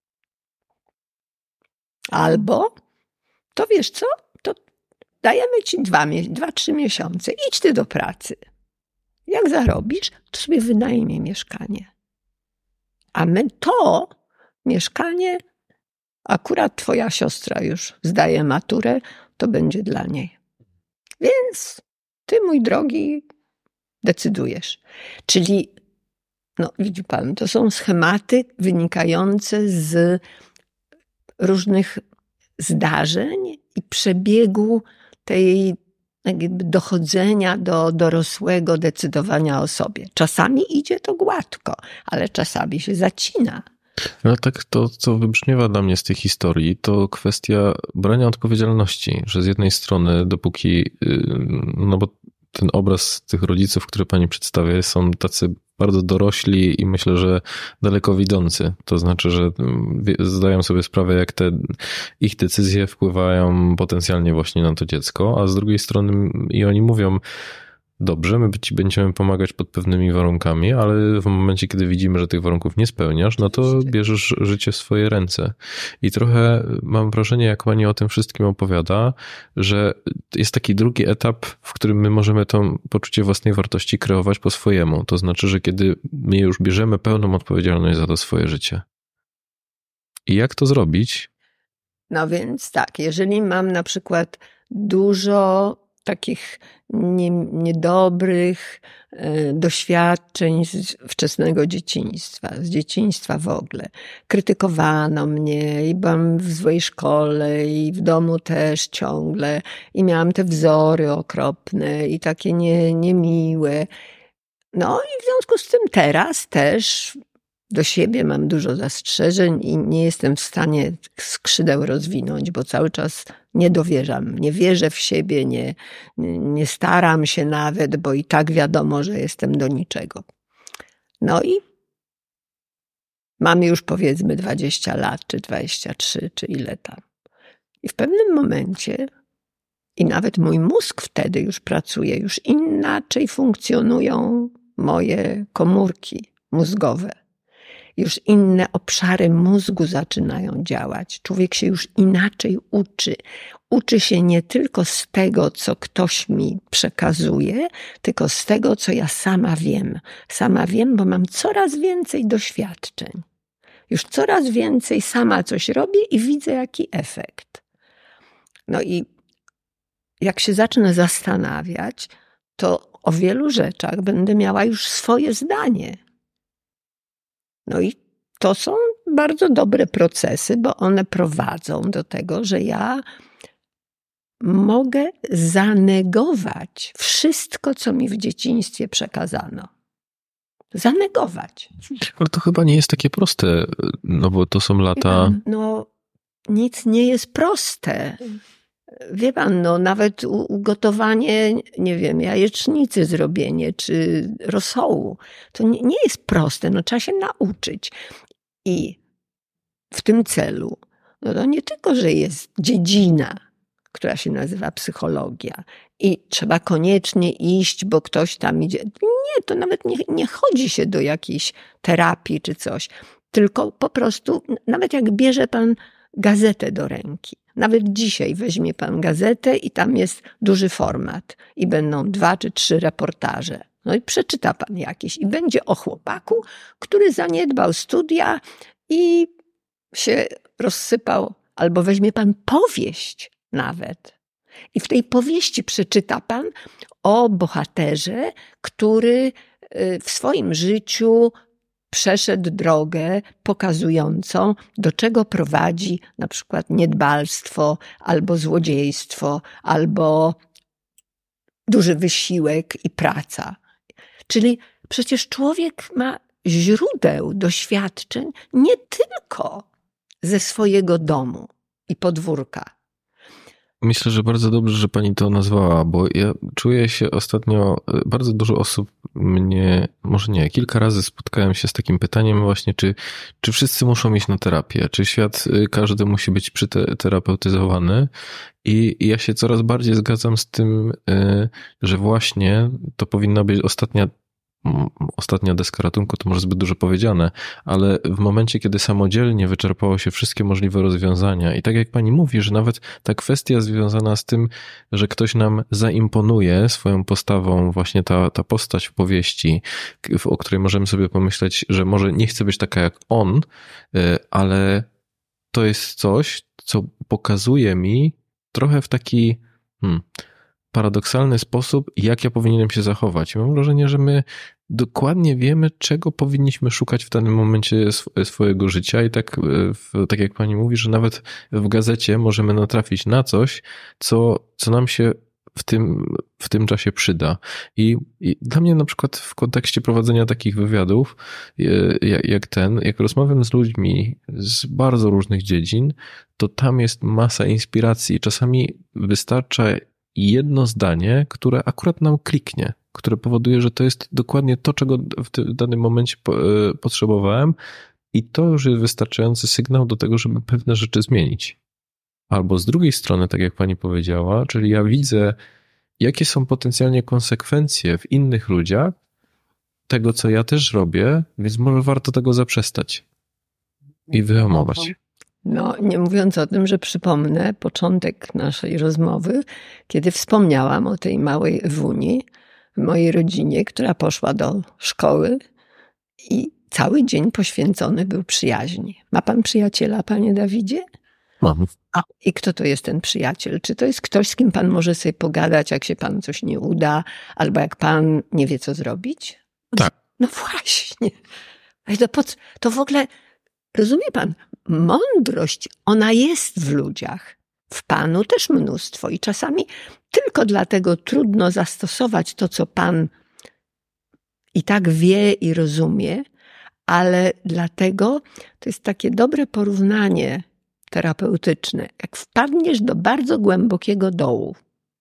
Albo, to wiesz co, to dajemy ci dwa, dwa, trzy miesiące, idź ty do pracy. Jak zarobisz, to sobie wynajmie mieszkanie. A my to mieszkanie, akurat twoja siostra już zdaje maturę, to będzie dla niej. Więc ty, mój drogi, decydujesz. Czyli, no widzi pan, to są schematy wynikające z różnych zdarzeń i przebiegu tej jakby dochodzenia do dorosłego decydowania o sobie. Czasami idzie to gładko, ale czasami się zacina. No tak, to co wybrzmiewa dla mnie z tej historii, to kwestia brania odpowiedzialności, że z jednej strony dopóki, no bo ten obraz tych rodziców, które pani przedstawia, są tacy bardzo dorośli i myślę, że daleko widzący. To znaczy, że zdają sobie sprawę, jak te ich decyzje wpływają potencjalnie właśnie na to dziecko, a z drugiej strony i oni mówią, dobrze, my ci będziemy pomagać pod pewnymi warunkami, ale w momencie, kiedy widzimy, że tych warunków nie spełniasz, no to bierzesz życie w swoje ręce. I trochę mam wrażenie, jak pani o tym wszystkim opowiada, że jest taki drugi etap, w którym my możemy to poczucie własnej wartości kreować po swojemu. To znaczy, że kiedy my już bierzemy pełną odpowiedzialność za to swoje życie. I jak to zrobić? No więc tak, jeżeli mam na przykład dużo takich nie, niedobrych e, doświadczeń z wczesnego dzieciństwa, z dzieciństwa w ogóle. Krytykowano mnie i byłam w złej szkole i w domu też ciągle i miałam te wzory okropne i takie nie, niemiłe. No i w związku z tym teraz też do siebie mam dużo zastrzeżeń i nie jestem w stanie skrzydeł rozwinąć, bo cały czas nie dowierzam, nie wierzę w siebie, nie, nie staram się nawet, bo i tak wiadomo, że jestem do niczego. No i mamy już powiedzmy dwadzieścia lat, czy dwadzieścia trzy, czy ile tam. I w pewnym momencie, i nawet mój mózg wtedy już pracuje, już inaczej funkcjonują moje komórki mózgowe. Już inne obszary mózgu zaczynają działać. Człowiek się już inaczej uczy. Uczy się nie tylko z tego, co ktoś mi przekazuje, tylko z tego, co ja sama wiem. Sama wiem, bo mam coraz więcej doświadczeń. Już coraz więcej sama coś robię i widzę, jaki efekt. No i jak się zacznę zastanawiać, to o wielu rzeczach będę miała już swoje zdanie. No i to są bardzo dobre procesy, bo one prowadzą do tego, że ja mogę zanegować wszystko, co mi w dzieciństwie przekazano. Zanegować. Ale to chyba nie jest takie proste, no bo to są lata... No, nic nie jest proste. Wie pan, no nawet ugotowanie, nie wiem, jajecznicy zrobienie, czy rosołu, to nie, nie jest proste, no trzeba się nauczyć. I w tym celu, no to nie tylko, że jest dziedzina, która się nazywa psychologia i trzeba koniecznie iść, bo ktoś tam idzie. Nie, to nawet nie, nie chodzi się do jakiejś terapii czy coś, tylko po prostu, nawet jak bierze pan gazetę do ręki, nawet dzisiaj weźmie pan gazetę i tam jest duży format i będą dwa czy trzy reportaże. No i przeczyta pan jakieś i będzie o chłopaku, który zaniedbał studia i się rozsypał. Albo weźmie pan powieść nawet. I w tej powieści przeczyta pan o bohaterze, który w swoim życiu przeszedł drogę pokazującą, do czego prowadzi na przykład niedbalstwo, albo złodziejstwo, albo duży wysiłek i praca. Czyli przecież człowiek ma źródeł doświadczeń nie tylko ze swojego domu i podwórka. Myślę, że bardzo dobrze, że pani to nazwała, bo ja czuję się ostatnio, bardzo dużo osób mnie, może nie, kilka razy spotkałem się z takim pytaniem właśnie, czy, czy wszyscy muszą iść na terapię, czy świat każdy musi być przyterapeutyzowany i ja się coraz bardziej zgadzam z tym, że właśnie to powinna być ostatnia ostatnia deska ratunku to może zbyt dużo powiedziane, ale w momencie, kiedy samodzielnie wyczerpało się wszystkie możliwe rozwiązania i tak jak pani mówi, że nawet ta kwestia związana z tym, że ktoś nam zaimponuje swoją postawą, właśnie ta, ta postać w powieści, o której możemy sobie pomyśleć, że może nie chce być taka jak on, ale to jest coś, co pokazuje mi trochę w taki hmm, paradoksalny sposób, jak ja powinienem się zachować. Mam wrażenie, że my dokładnie wiemy, czego powinniśmy szukać w danym momencie swojego życia i tak, tak jak pani mówi, że nawet w gazecie możemy natrafić na coś, co, co nam się w tym, w tym czasie przyda. I, I dla mnie na przykład w kontekście prowadzenia takich wywiadów, jak ten, jak rozmawiam z ludźmi z bardzo różnych dziedzin, to tam jest masa inspiracji. Czasami wystarcza jedno zdanie, które akurat nam kliknie, które powoduje, że to jest dokładnie to, czego w tym danym momencie potrzebowałem i to już jest wystarczający sygnał do tego, żeby pewne rzeczy zmienić. Albo z drugiej strony, tak jak pani powiedziała, czyli ja widzę, jakie są potencjalnie konsekwencje w innych ludziach tego, co ja też robię, więc może warto tego zaprzestać i wyhamować. No, nie mówiąc o tym, że przypomnę początek naszej rozmowy, kiedy wspomniałam o tej małej Ewuni w mojej rodzinie, która poszła do szkoły i cały dzień poświęcony był przyjaźni. Ma pan przyjaciela, panie Dawidzie? Mam. A, i kto to jest ten przyjaciel? Czy to jest ktoś, z kim pan może sobie pogadać, jak się panu coś nie uda, albo jak pan nie wie, co zrobić? Tak. No właśnie. To, po, to w ogóle, rozumie pan, mądrość, ona jest w ludziach. W panu też mnóstwo i czasami tylko dlatego trudno zastosować to, co pan i tak wie i rozumie, ale dlatego to jest takie dobre porównanie terapeutyczne. Jak wpadniesz do bardzo głębokiego dołu,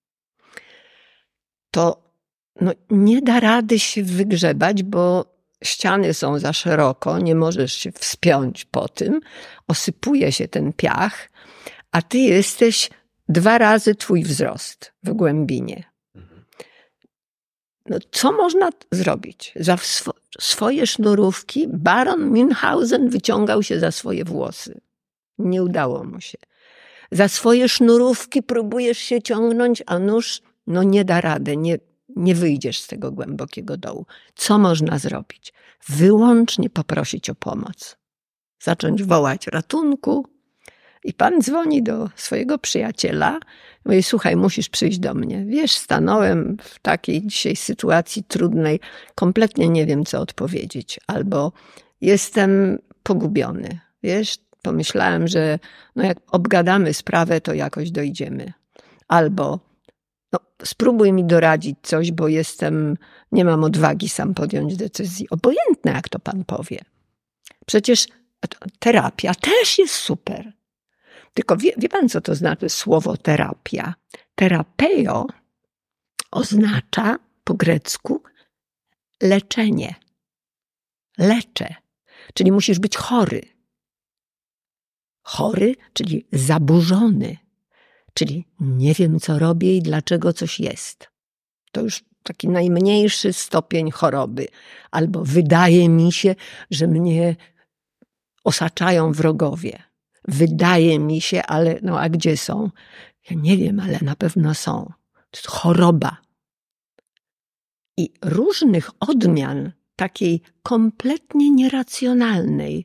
to no, nie da rady się wygrzebać, bo ściany są za szeroko, nie możesz się wspiąć po tym, osypuje się ten piach, a ty jesteś dwa razy twój wzrost w głębinie. No, co można zrobić? Za swo- swoje sznurówki baron Münchhausen wyciągał się za swoje włosy. Nie udało mu się. Za swoje sznurówki próbujesz się ciągnąć, a nóż no nie da rady, nie, nie wyjdziesz z tego głębokiego dołu. Co można zrobić? Wyłącznie poprosić o pomoc. Zacząć wołać ratunku i pan dzwoni do swojego przyjaciela i mówi, słuchaj, musisz przyjść do mnie. Wiesz, stanąłem w takiej dzisiaj sytuacji trudnej, kompletnie nie wiem, co odpowiedzieć. Albo jestem pogubiony. Wiesz, pomyślałem, że no jak obgadamy sprawę, to jakoś dojdziemy. Albo no, spróbuj mi doradzić coś, bo jestem, nie mam odwagi sam podjąć decyzji. Obojętne, jak to pan powie. Przecież terapia też jest super. Tylko wie, wie pan, co to znaczy słowo terapia? Terapeo oznacza po grecku leczenie. Leczę. Czyli musisz być chory. Chory, czyli zaburzony. Czyli nie wiem, co robię i dlaczego coś jest. To już taki najmniejszy stopień choroby. Albo wydaje mi się, że mnie osaczają wrogowie. Wydaje mi się, ale no a gdzie są? Ja nie wiem, ale na pewno są. To jest choroba. I różnych odmian takiej kompletnie nieracjonalnej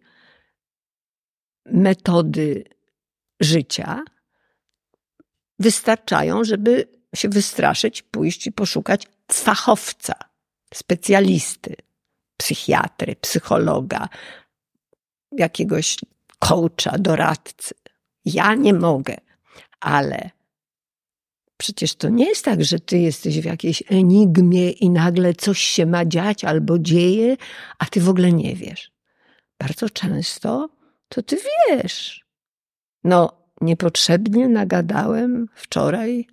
metody życia wystarczają, żeby się wystraszyć, pójść i poszukać fachowca, specjalisty, psychiatry, psychologa, jakiegoś coacha, doradcy. Ja nie mogę, ale przecież to nie jest tak, że ty jesteś w jakiejś enigmie i nagle coś się ma dziać albo dzieje, a ty w ogóle nie wiesz. Bardzo często to ty wiesz. No, niepotrzebnie nagadałem wczoraj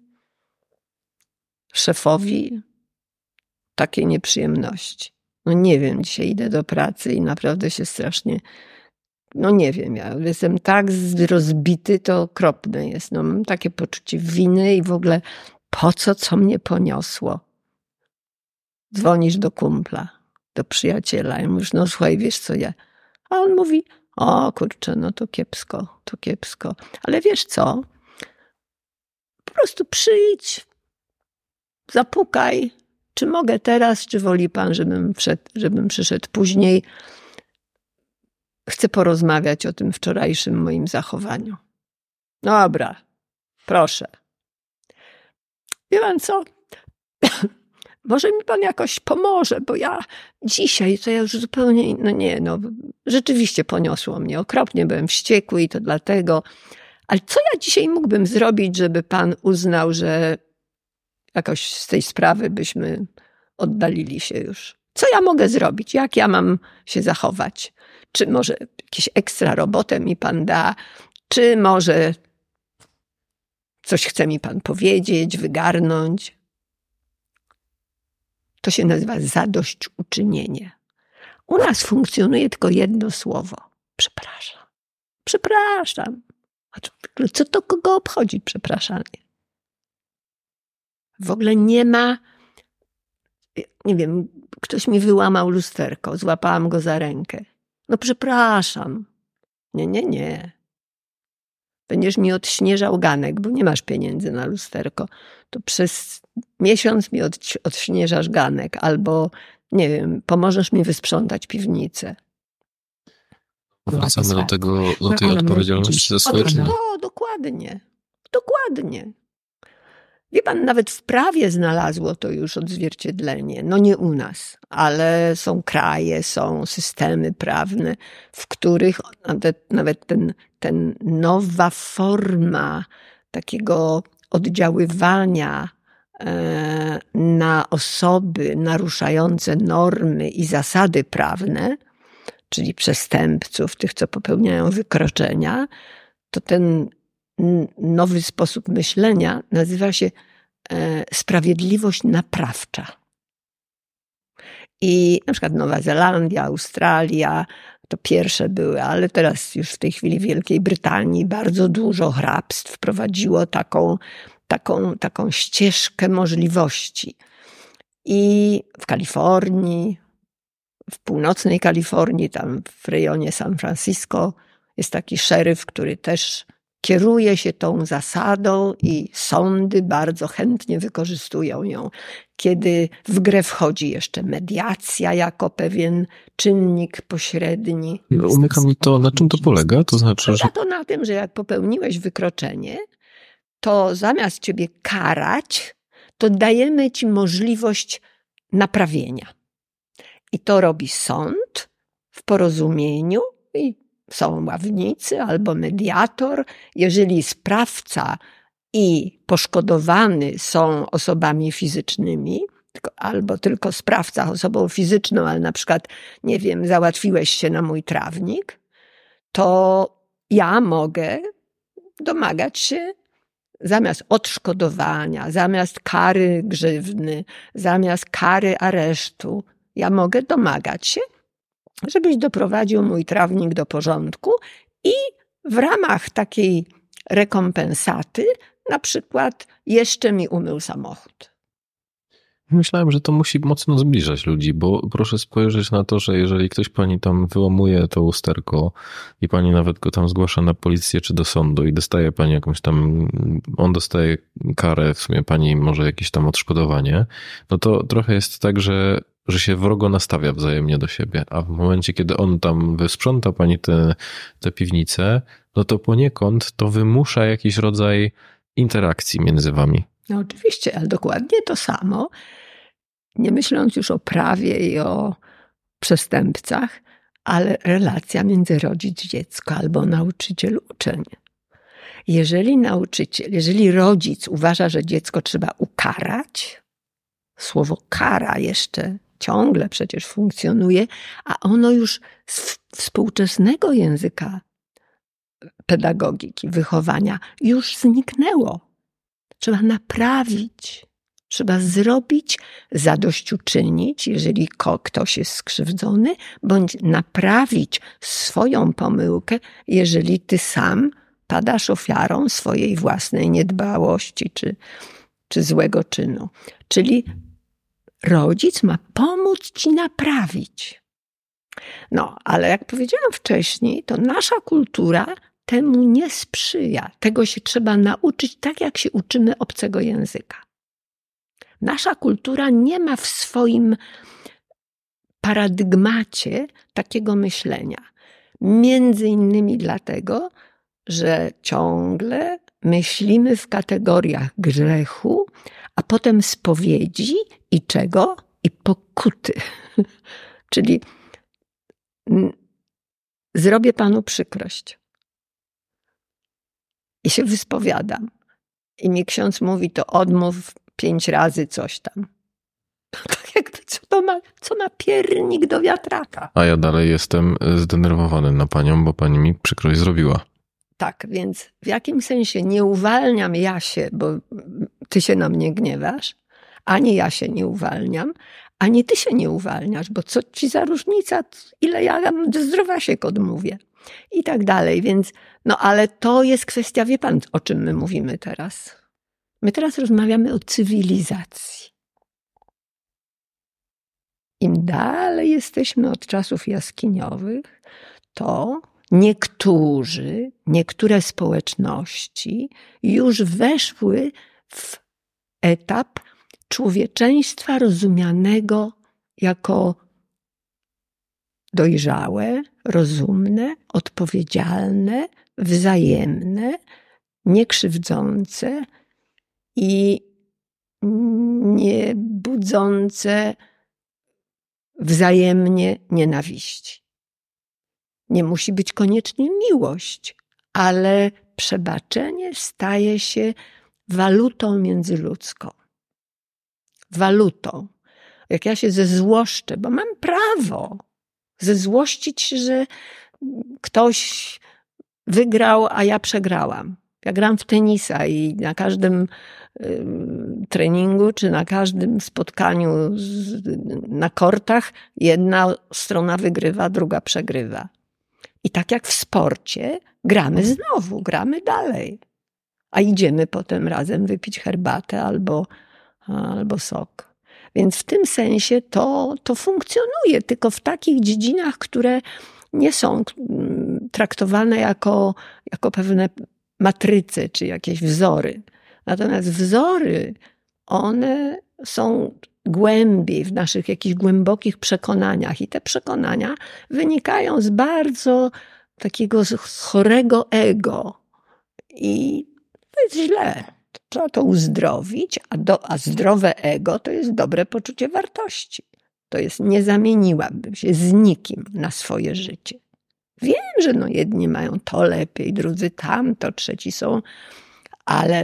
szefowi takiej nieprzyjemności. No nie wiem, dzisiaj idę do pracy i naprawdę się strasznie, no nie wiem, ja jestem tak rozbity, to okropne jest. No mam takie poczucie winy i w ogóle po co, co mnie poniosło? Dzwonisz do kumpla. do przyjaciela i mówisz, no słuchaj, wiesz co ja... A on mówi, o kurczę, no to kiepsko, to kiepsko. Ale wiesz co? Po prostu przyjdź, zapukaj, czy mogę teraz, czy woli pan, żebym, wszedł, żebym przyszedł później. Chcę porozmawiać o tym wczorajszym moim zachowaniu. Dobra, proszę. Wie pan co? Może mi pan jakoś pomoże, bo ja dzisiaj to ja już zupełnie, no nie, no rzeczywiście poniosło mnie okropnie, byłem wściekły i to dlatego. Ale co ja dzisiaj mógłbym zrobić, żeby pan uznał, że jakoś z tej sprawy byśmy oddalili się już? Co ja mogę zrobić? Jak ja mam się zachować? Czy może jakieś ekstra robotę mi pan da? Czy może coś chce mi pan powiedzieć, wygarnąć? To się nazywa zadośćuczynienie. U nas funkcjonuje tylko jedno słowo. Przepraszam. Przepraszam. Co to kogo obchodzi przepraszanie? W ogóle nie ma, nie wiem, ktoś mi wyłamał lusterko, złapałam go za rękę. No przepraszam. Nie, nie, nie. Będziesz mi odśnieżał ganek, bo nie masz pieniędzy na lusterko. To przez miesiąc mi od, odśnieżasz ganek albo, nie wiem, pomożesz mi wysprzątać piwnicę. Wracamy do tego, do tej odpowiedzialności za swoje czyny. O, dokładnie. Dokładnie. Wie pan, nawet w prawie znalazło to już odzwierciedlenie. No nie u nas, ale są kraje, są systemy prawne, w których nawet, nawet ten, ten nowa forma takiego oddziaływania e, na osoby naruszające normy i zasady prawne, czyli przestępców, tych, co popełniają wykroczenia, to ten nowy sposób myślenia nazywa się e, sprawiedliwość naprawcza. I na przykład Nowa Zelandia, Australia, to pierwsze były, ale teraz już w tej chwili w Wielkiej Brytanii bardzo dużo hrabstw wprowadziło taką, taką, taką ścieżkę możliwości. I w Kalifornii, w północnej Kalifornii, tam w rejonie San Francisco jest taki szeryf, który też kieruje się tą zasadą i sądy bardzo chętnie wykorzystują ją. Kiedy w grę wchodzi jeszcze mediacja jako pewien czynnik pośredni. Umyka mi to, na czym to polega? To znaczy, Polega że... to na tym, że jak popełniłeś wykroczenie, to zamiast ciebie karać, to dajemy ci możliwość naprawienia. I to robi sąd w porozumieniu i są ławnicy albo mediator. Jeżeli sprawca i poszkodowany są osobami fizycznymi, albo tylko sprawca osobą fizyczną, ale na przykład, nie wiem, załatwiłeś się na mój trawnik, to ja mogę domagać się zamiast odszkodowania, zamiast kary grzywny, zamiast kary aresztu, ja mogę domagać się, żebyś doprowadził mój trawnik do porządku i w ramach takiej rekompensaty na przykład jeszcze mi umył samochód. Myślałem, że to musi mocno zbliżać ludzi, bo proszę spojrzeć na to, że jeżeli ktoś pani tam wyłamuje to lusterko i pani nawet go tam zgłasza na policję czy do sądu i dostaje pani jakąś tam, on dostaje karę, w sumie pani może jakieś tam odszkodowanie, no to trochę jest tak, że że się wrogo nastawia wzajemnie do siebie, a w momencie, kiedy on tam wysprząta pani te, te piwnice, no to poniekąd to wymusza jakiś rodzaj interakcji między wami. No oczywiście, ale dokładnie to samo, nie myśląc już o prawie i o przestępcach, ale relacja między rodzic i dziecko albo nauczyciel-uczeń. Jeżeli nauczyciel, jeżeli rodzic uważa, że dziecko trzeba ukarać, słowo kara jeszcze ciągle przecież funkcjonuje, a ono już z współczesnego języka pedagogiki, wychowania już zniknęło. Trzeba naprawić, trzeba zrobić, zadośćuczynić, jeżeli ktoś jest skrzywdzony, bądź naprawić swoją pomyłkę, jeżeli ty sam padasz ofiarą swojej własnej niedbałości czy, czy złego czynu. Czyli rodzic ma pomóc ci naprawić. No, ale jak powiedziałam wcześniej, to nasza kultura temu nie sprzyja. Tego się trzeba nauczyć tak, jak się uczymy obcego języka. Nasza kultura nie ma w swoim paradygmacie takiego myślenia. Między innymi dlatego, że ciągle myślimy w kategoriach grzechu, a potem spowiedzi i czego? I pokuty. Czyli zrobię panu przykrość. I się wyspowiadam. I mi ksiądz mówi, to odmów pięć razy coś tam. Tak jakby co to ma, co ma piernik do wiatraka. A ja dalej jestem zdenerwowany na panią, bo pani mi przykrość zrobiła. Tak, więc w jakim sensie nie uwalniam ja się, bo ty się na mnie gniewasz, ani ja się nie uwalniam, ani ty się nie uwalniasz, bo co ci za różnica, ile ja zdrowasiek odmówię i tak dalej. Więc, no ale to jest kwestia, wie pan, o czym my mówimy teraz? My teraz rozmawiamy o cywilizacji. Im dalej jesteśmy od czasów jaskiniowych, to niektórzy, niektóre społeczności już weszły w etap człowieczeństwa rozumianego jako dojrzałe, rozumne, odpowiedzialne, wzajemne, niekrzywdzące i nie budzące wzajemnie nienawiści. Nie musi być koniecznie miłość, ale przebaczenie staje się walutą międzyludzką. Walutą. Jak ja się zezłoszczę, bo mam prawo zezłościć się, że ktoś wygrał, a ja przegrałam. Ja gram w tenisa i na każdym y, treningu, czy na każdym spotkaniu z, na kortach jedna strona wygrywa, druga przegrywa. I tak jak w sporcie, gramy znowu, gramy dalej. A idziemy potem razem wypić herbatę albo, albo sok. Więc w tym sensie to, to funkcjonuje, tylko w takich dziedzinach, które nie są traktowane jako, jako pewne matryce czy jakieś wzory. Natomiast wzory, one są głębiej w naszych jakichś głębokich przekonaniach i te przekonania wynikają z bardzo takiego chorego ego i to jest źle. Trzeba to uzdrowić, a, do, a zdrowe ego to jest dobre poczucie wartości. To jest, nie zamieniłabym się z nikim na swoje życie. Wiem, że no jedni mają to lepiej, drudzy tamto, trzeci są, ale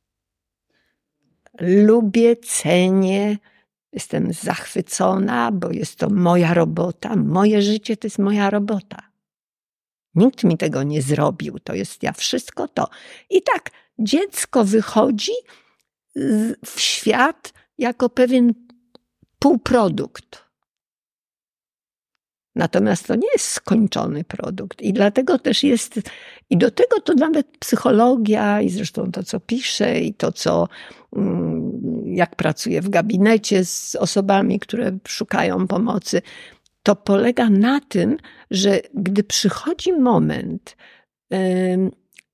lubię, cenię, jestem zachwycona, bo jest to moja robota. Moje życie to jest moja robota. Nikt mi tego nie zrobił. To jest ja wszystko to. I tak, dziecko wychodzi w świat jako pewien półprodukt. Natomiast to nie jest skończony produkt. I dlatego też jest, i do tego to nawet psychologia, i zresztą to, co piszę, i to, co, jak pracuję w gabinecie z osobami, które szukają pomocy, to polega na tym, że gdy przychodzi moment um,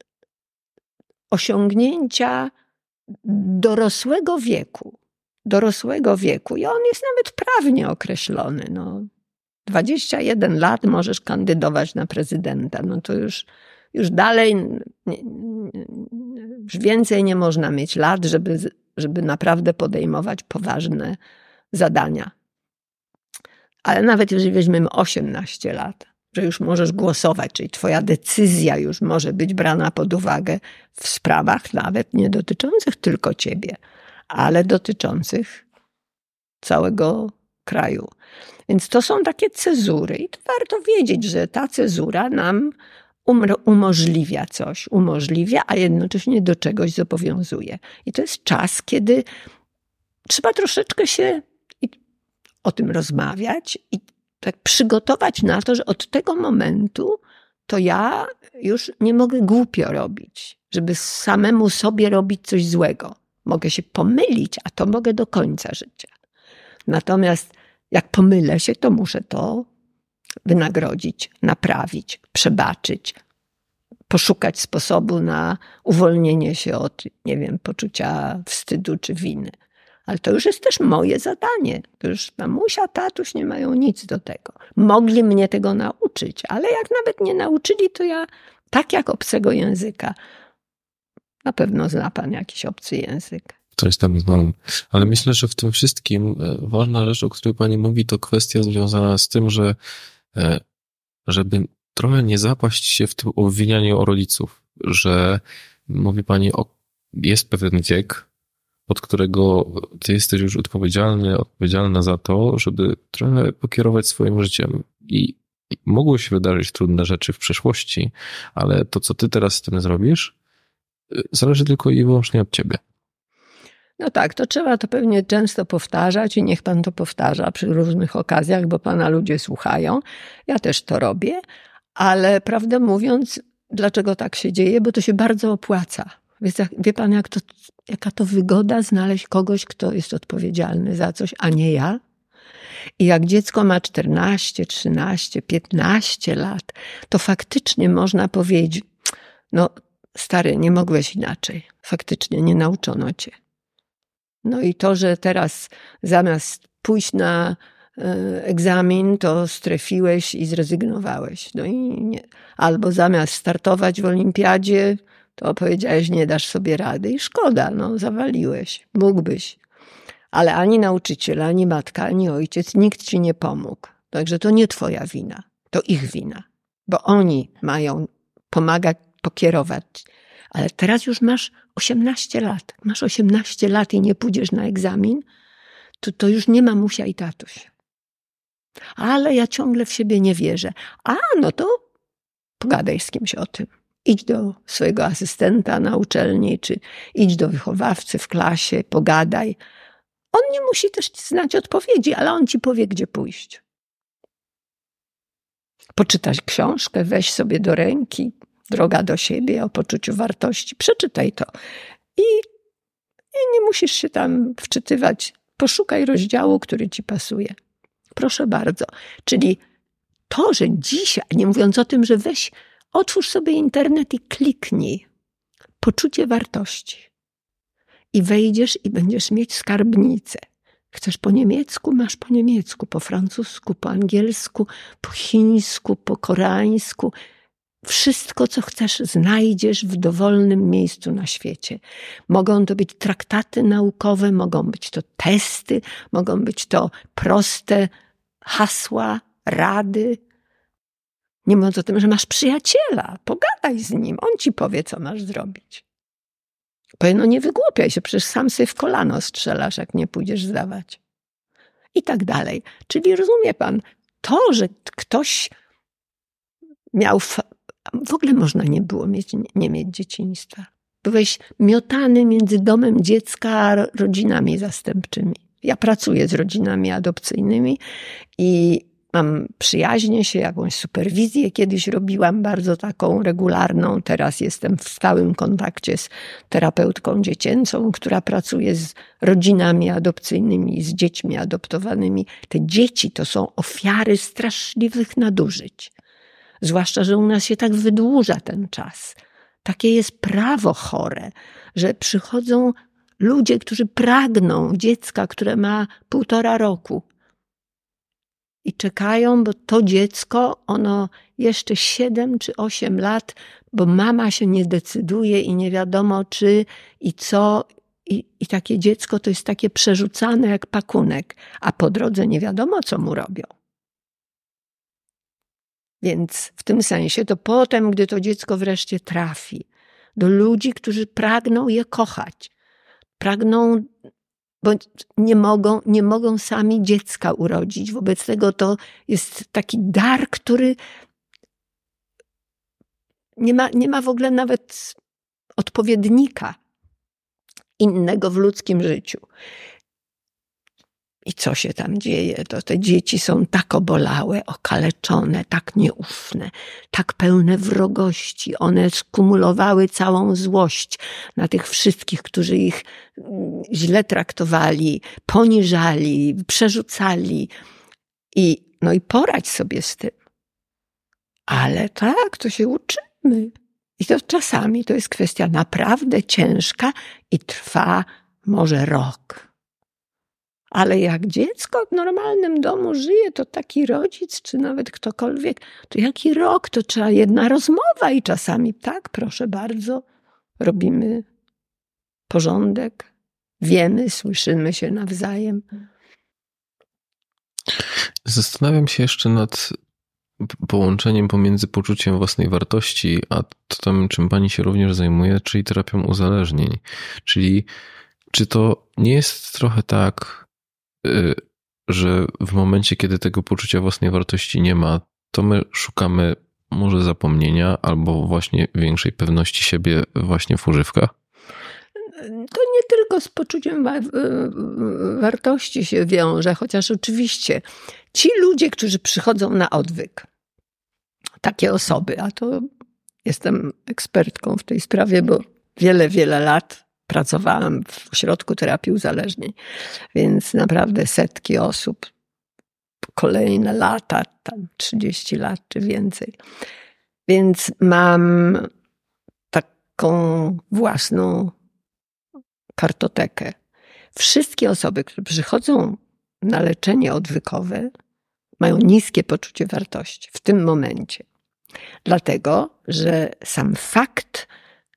osiągnięcia dorosłego wieku, dorosłego wieku, i on jest nawet prawnie określony, no, dwadzieścia jeden lat możesz kandydować na prezydenta, no to już, już dalej, nie, już więcej nie można mieć lat, żeby, żeby naprawdę podejmować poważne zadania. Ale nawet jeżeli weźmiemy osiemnaście lat, że już możesz głosować, czyli twoja decyzja już może być brana pod uwagę w sprawach nawet nie dotyczących tylko ciebie, ale dotyczących całego kraju. Więc to są takie cezury i to warto wiedzieć, że ta cezura nam um- umożliwia coś, umożliwia, a jednocześnie do czegoś zobowiązuje. I to jest czas, kiedy trzeba troszeczkę się o tym rozmawiać i tak przygotować na to, że od tego momentu to ja już nie mogę głupio robić, żeby samemu sobie robić coś złego. Mogę się pomylić, a to mogę do końca życia. Natomiast jak pomylę się, to muszę to wynagrodzić, naprawić, przebaczyć, poszukać sposobu na uwolnienie się od, nie wiem, poczucia wstydu czy winy. Ale to już jest też moje zadanie. To już mamusia, tatuś nie mają nic do tego. Mogli mnie tego nauczyć, ale jak nawet nie nauczyli, to ja tak jak obcego języka. Na pewno zna pan jakiś obcy język. Coś tam znam. Ale myślę, że w tym wszystkim ważna rzecz, o której pani mówi, to kwestia związana z tym, że żeby trochę nie zapaść się w tym obwinianiu o rodziców, że mówi pani, o, jest pewien wiek, od którego ty jesteś już odpowiedzialny, odpowiedzialna za to, żeby trochę pokierować swoim życiem. I mogły się wydarzyć trudne rzeczy w przeszłości, ale to, co ty teraz z tym zrobisz, zależy tylko i wyłącznie od ciebie. No tak, to trzeba to pewnie często powtarzać i niech pan to powtarza przy różnych okazjach, bo pana ludzie słuchają. Ja też to robię, ale prawdę mówiąc, dlaczego tak się dzieje? Bo to się bardzo opłaca. Więc wie pan, jak to, jaka to wygoda znaleźć kogoś, kto jest odpowiedzialny za coś, a nie ja? I jak dziecko ma czternaście, trzynaście, piętnaście lat, to faktycznie można powiedzieć, no stary, nie mogłeś inaczej. Faktycznie nie nauczono cię. No i to, że teraz zamiast pójść na egzamin, to strefiłeś i zrezygnowałeś. No i nie. Albo zamiast startować w olimpiadzie, to powiedziałeś, nie dasz sobie rady i szkoda, no zawaliłeś. Mógłbyś. Ale ani nauczyciel, ani matka, ani ojciec, nikt ci nie pomógł. Także to nie twoja wina, to ich wina. Bo oni mają pomagać, pokierować. Ale teraz już masz osiemnaście lat. Masz osiemnaście lat i nie pójdziesz na egzamin, to, to już nie mamusia i tatuś. Ale ja ciągle w siebie nie wierzę. A, no to pogadaj z kimś o tym. Idź do swojego asystenta na uczelni, czy idź do wychowawcy w klasie, pogadaj. On nie musi też znać odpowiedzi, ale on ci powie, gdzie pójść. Poczytać książkę, weź sobie do ręki, Droga do siebie, o poczuciu wartości. Przeczytaj to. I, i nie musisz się tam wczytywać. Poszukaj rozdziału, który ci pasuje. Proszę bardzo. Czyli to, że dzisiaj, nie mówiąc o tym, że weź, otwórz sobie internet i kliknij. Poczucie wartości. I wejdziesz i będziesz mieć skarbnicę. Chcesz po niemiecku? Masz po niemiecku, po francusku, po angielsku, po chińsku, po koreańsku. Wszystko, co chcesz, znajdziesz w dowolnym miejscu na świecie. Mogą to być traktaty naukowe, mogą być to testy, mogą być to proste hasła, rady. Nie mówiąc o tym, że masz przyjaciela, pogadaj z nim, on ci powie, co masz zrobić. Powie, no nie wygłupiaj się, przecież sam sobie w kolano strzelasz, jak nie pójdziesz zdawać. I tak dalej. Czyli rozumie pan, to, że ktoś miał... W ogóle można nie było mieć, nie mieć dzieciństwa. Byłeś miotany między domem dziecka a rodzinami zastępczymi. Ja pracuję z rodzinami adopcyjnymi i mam przyjaźnię się, jakąś superwizję kiedyś robiłam, bardzo taką regularną. Teraz jestem w stałym kontakcie z terapeutką dziecięcą, która pracuje z rodzinami adopcyjnymi, z dziećmi adoptowanymi. Te dzieci to są ofiary straszliwych nadużyć. Zwłaszcza, że u nas się tak wydłuża ten czas. Takie jest prawo chore, że przychodzą ludzie, którzy pragną dziecka, które ma półtora roku. I czekają, bo to dziecko, ono jeszcze siedem czy osiem lat, bo mama się nie decyduje i nie wiadomo czy i co. I, I takie dziecko to jest takie przerzucane jak pakunek, a po drodze nie wiadomo, co mu robią. Więc w tym sensie to potem, gdy to dziecko wreszcie trafi do ludzi, którzy pragną je kochać, pragną, bo nie mogą, nie mogą sami dziecka urodzić. Wobec tego to jest taki dar, który nie ma, nie ma w ogóle nawet odpowiednika innego w ludzkim życiu. I co się tam dzieje? To te dzieci są tak obolałe, okaleczone, tak nieufne, tak pełne wrogości. One skumulowały całą złość na tych wszystkich, którzy ich źle traktowali, poniżali, przerzucali. I, no i poradź sobie z tym. Ale tak, to się uczymy. I to czasami to jest kwestia naprawdę ciężka i trwa może rok. Ale jak dziecko w normalnym domu żyje, to taki rodzic, czy nawet ktokolwiek, to jaki rok, to trzeba jedna rozmowa i czasami tak, proszę bardzo, robimy porządek, wiemy, słyszymy się nawzajem. Zastanawiam się jeszcze nad połączeniem pomiędzy poczuciem własnej wartości, a tym, czym pani się również zajmuje, czyli terapią uzależnień. Czyli czy to nie jest trochę tak, że w momencie, kiedy tego poczucia własnej wartości nie ma, to my szukamy może zapomnienia albo właśnie większej pewności siebie właśnie w używkach? To nie tylko z poczuciem wa- wartości się wiąże, chociaż oczywiście ci ludzie, którzy przychodzą na odwyk, takie osoby, a to jestem ekspertką w tej sprawie, bo wiele, wiele lat pracowałam w ośrodku terapii uzależnień, więc naprawdę setki osób, kolejne lata, tam trzydzieści lat czy więcej. Więc mam taką własną kartotekę. Wszystkie osoby, które przychodzą na leczenie odwykowe, mają niskie poczucie wartości w tym momencie. Dlatego, że sam fakt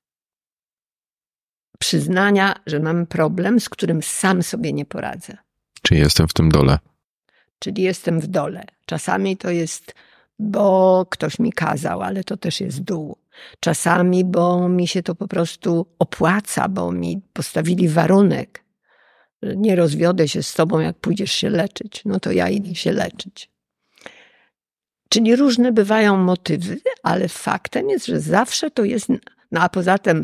przyznania, że mam problem, z którym sam sobie nie poradzę. Czyli jestem w tym dole. Czyli jestem w dole. Czasami to jest, bo ktoś mi kazał, ale to też jest dół. Czasami, bo mi się to po prostu opłaca, bo mi postawili warunek, że nie rozwiodę się z tobą, jak pójdziesz się leczyć. No to ja idę się leczyć. Czyli różne bywają motywy, ale faktem jest, że zawsze to jest, no a poza tym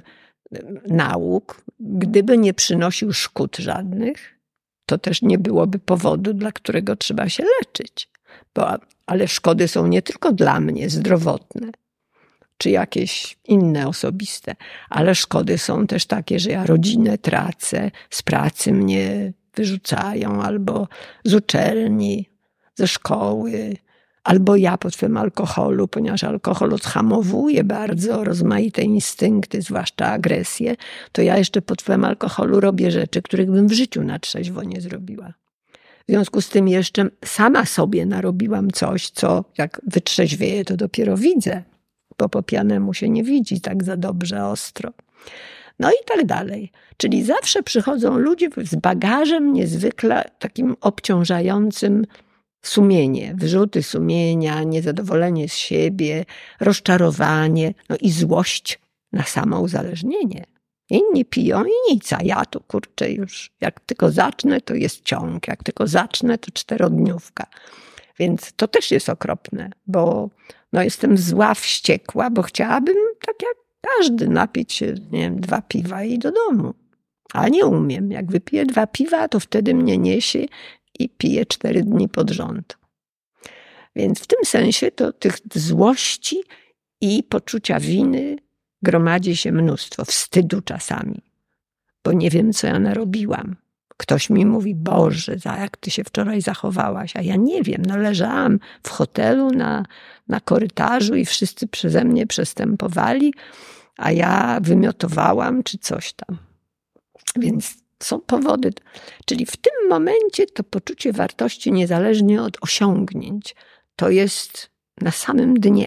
nauk, gdyby nie przynosił szkód żadnych, to też nie byłoby powodu, dla którego trzeba się leczyć. Bo, ale szkody są nie tylko dla mnie zdrowotne, czy jakieś inne osobiste, ale szkody są też takie, że ja rodzinę tracę, z pracy mnie wyrzucają, albo z uczelni, ze szkoły, albo ja pod wpływem alkoholu, ponieważ alkohol odhamowuje bardzo rozmaite instynkty, zwłaszcza agresję, to ja jeszcze pod wpływem alkoholu robię rzeczy, których bym w życiu na trzeźwo nie zrobiła. W związku z tym jeszcze sama sobie narobiłam coś, co jak wytrzeźwieję, to dopiero widzę, bo po pijanemu się nie widzi tak za dobrze, ostro. No i tak dalej. Czyli zawsze przychodzą ludzie z bagażem niezwykle takim obciążającym sumienie, wyrzuty sumienia, niezadowolenie z siebie, rozczarowanie, no i złość na samo uzależnienie. Inni piją i nic, a ja tu kurczę już, jak tylko zacznę, to jest ciąg, jak tylko zacznę, to czterodniówka. Więc to też jest okropne, bo no jestem zła, wściekła, bo chciałabym tak jak każdy napić się, nie wiem, dwa piwa i do domu. A nie umiem. Jak wypiję dwa piwa, to wtedy mnie niesie i piję cztery dni pod rząd. Więc w tym sensie to tych złości i poczucia winy gromadzi się mnóstwo, wstydu czasami, bo nie wiem, co ja narobiłam. Ktoś mi mówi, Boże, jak ty się wczoraj zachowałaś, a ja nie wiem, no leżałam w hotelu na, na korytarzu i wszyscy przeze mnie przestępowali, a ja wymiotowałam czy coś tam. Więc są powody. Czyli w tym momencie to poczucie wartości niezależnie od osiągnięć, to jest na samym dnie.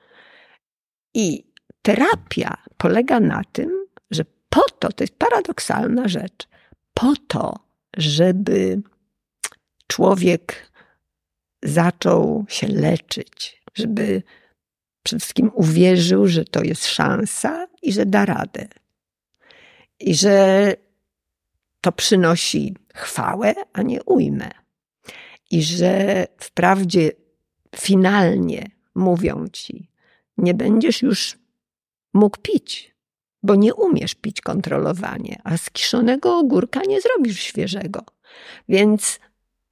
I terapia polega na tym, że po to, to jest paradoksalna rzecz, po to, żeby człowiek zaczął się leczyć, żeby przede wszystkim uwierzył, że to jest szansa i że da radę. I że to przynosi chwałę, a nie ujmę. I że wprawdzie finalnie mówią ci, nie będziesz już mógł pić, bo nie umiesz pić kontrolowanie, a z kiszonego ogórka nie zrobisz świeżego. Więc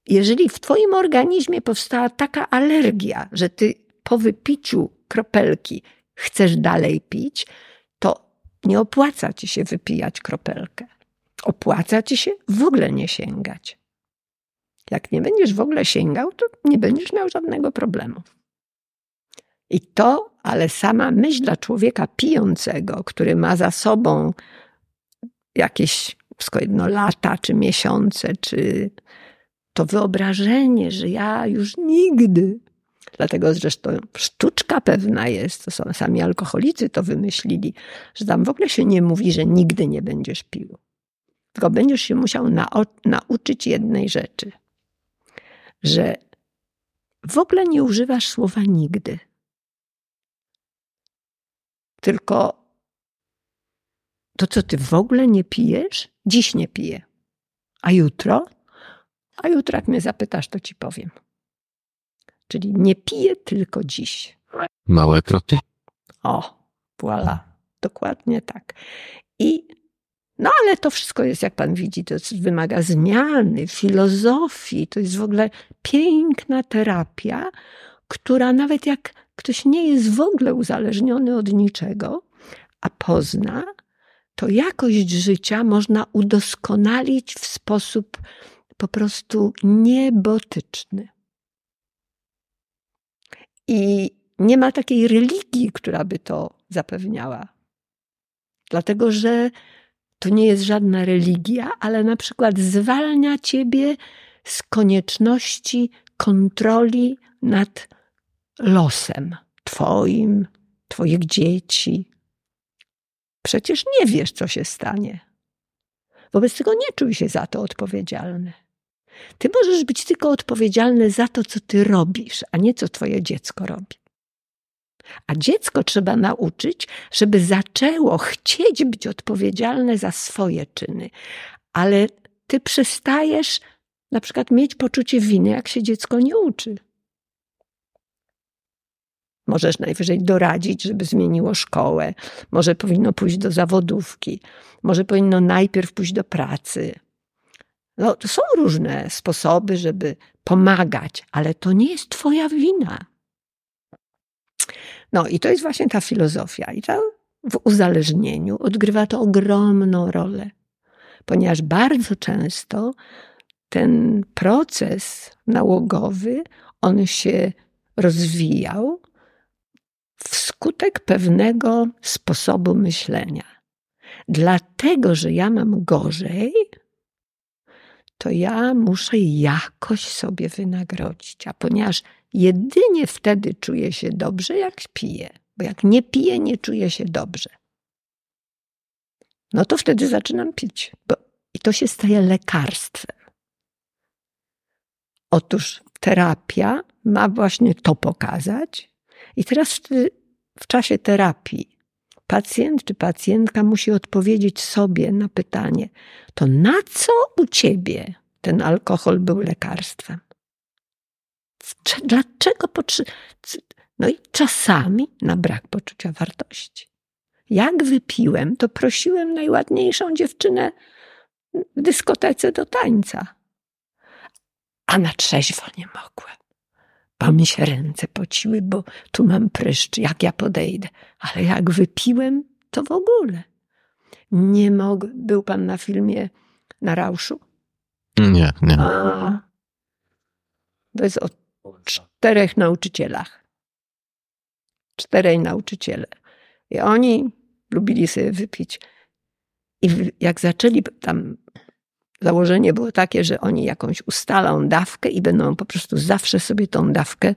jeżeli w twoim organizmie powstała taka alergia, że ty po wypiciu kropelki chcesz dalej pić, to nie opłaca ci się wypijać kropelkę. Opłaca ci się w ogóle nie sięgać. Jak nie będziesz w ogóle sięgał, to nie będziesz miał żadnego problemu. I to, ale sama myśl dla człowieka pijącego, który ma za sobą jakieś wszystko jedno lata, czy miesiące, czy to wyobrażenie, że ja już nigdy, dlatego zresztą sztuczka pewna jest, to są sami alkoholicy to wymyślili, że tam w ogóle się nie mówi, że nigdy nie będziesz pił. Tylko będziesz się musiał nau- nauczyć jednej rzeczy, że w ogóle nie używasz słowa nigdy. Tylko to, co ty w ogóle nie pijesz, dziś nie piję. A jutro? A jutro jak mnie zapytasz, to ci powiem. Czyli nie piję tylko dziś. Małe kroki. O, voilà. Dokładnie tak. I no ale to wszystko jest, jak pan widzi, to wymaga zmiany, filozofii. To jest w ogóle piękna terapia, która nawet jak ktoś nie jest w ogóle uzależniony od niczego, a pozna, to jakość życia można udoskonalić w sposób po prostu niebotyczny. I nie ma takiej religii, która by to zapewniała. Dlatego, że to nie jest żadna religia, ale na przykład zwalnia ciebie z konieczności kontroli nad losem twoim, twoich dzieci. Przecież nie wiesz, co się stanie. Wobec tego nie czuj się za to odpowiedzialny. Ty możesz być tylko odpowiedzialny za to, co ty robisz, a nie co twoje dziecko robi. A dziecko trzeba nauczyć, żeby zaczęło chcieć być odpowiedzialne za swoje czyny. Ale ty przestajesz na przykład mieć poczucie winy, jak się dziecko nie uczy. Możesz najwyżej doradzić, żeby zmieniło szkołę. Może powinno pójść do zawodówki. Może powinno najpierw pójść do pracy. No, to są różne sposoby, żeby pomagać, ale to nie jest twoja wina. No i to jest właśnie ta filozofia. I ta w uzależnieniu odgrywa to ogromną rolę. Ponieważ bardzo często ten proces nałogowy, on się rozwijał wskutek pewnego sposobu myślenia. Dlatego, że ja mam gorzej, to ja muszę jakoś sobie wynagrodzić. A ponieważ jedynie wtedy czuję się dobrze, jak piję. Bo jak nie piję, nie czuję się dobrze. No to wtedy zaczynam pić. Bo i to się staje lekarstwem. Otóż terapia ma właśnie to pokazać. I teraz w, w czasie terapii pacjent czy pacjentka musi odpowiedzieć sobie na pytanie, to na co u ciebie ten alkohol był lekarstwem? Dlaczego potrzeba? No i czasami na brak poczucia wartości. Jak wypiłem, to prosiłem najładniejszą dziewczynę w dyskotece do tańca. A na trzeźwo nie mogłem. Bo mi się ręce pociły, bo tu mam pryszcz, jak ja podejdę. Ale jak wypiłem, to w ogóle. Nie mogę. Był pan na filmie Na Rauszu? Nie, nie. A, to jest o czterech nauczycielach. Czterej nauczyciele. I oni lubili sobie wypić. I jak zaczęli tam, założenie było takie, że oni jakąś ustalą dawkę i będą po prostu zawsze sobie tą dawkę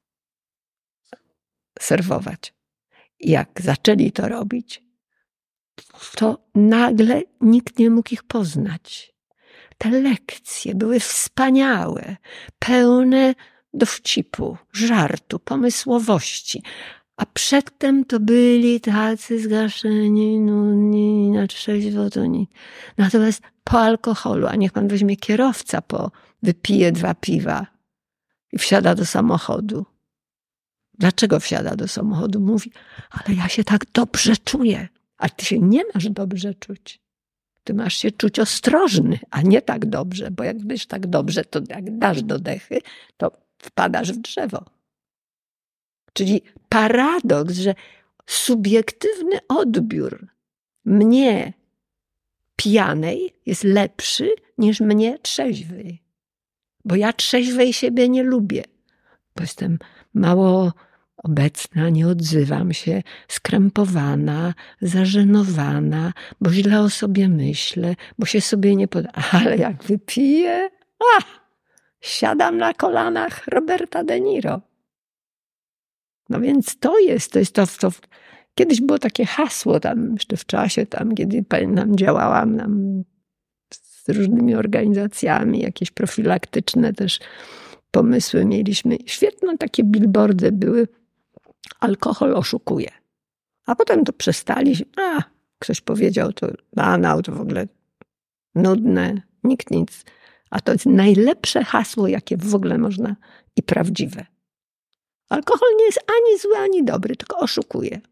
serwować. I jak zaczęli to robić, to nagle nikt nie mógł ich poznać. Te lekcje były wspaniałe, pełne dowcipu, żartu, pomysłowości. A przedtem to byli tacy zgaszeni, nudni, na trzeźwo to nic. Natomiast po alkoholu, a niech pan weźmie kierowca, po wypije dwa piwa i wsiada do samochodu. Dlaczego wsiada do samochodu? Mówi, ale ja się tak dobrze czuję. A ty się nie masz dobrze czuć. Ty masz się czuć ostrożny, a nie tak dobrze, bo jak wiesz tak dobrze, to jak dasz do dechy, to wpadasz w drzewo. Czyli paradoks, że subiektywny odbiór mnie pijanej jest lepszy niż mnie trzeźwej. Bo ja trzeźwej siebie nie lubię, bo jestem mało obecna, nie odzywam się, skrępowana, zażenowana, bo źle o sobie myślę, bo się sobie nie podoba. Ale jak wypiję, a, siadam na kolanach Roberta De Niro. No więc to jest, to jest to, to kiedyś było takie hasło tam jeszcze w czasie, tam kiedy pamiętam, działałam tam z różnymi organizacjami, jakieś profilaktyczne też pomysły mieliśmy. Świetne takie billboardy były. Alkohol oszukuje. A potem to przestali. A, ktoś powiedział, to banał, to w ogóle nudne, nikt nic. A to jest najlepsze hasło, jakie w ogóle można i prawdziwe. Alkohol nie jest ani zły, ani dobry, tylko oszukuje.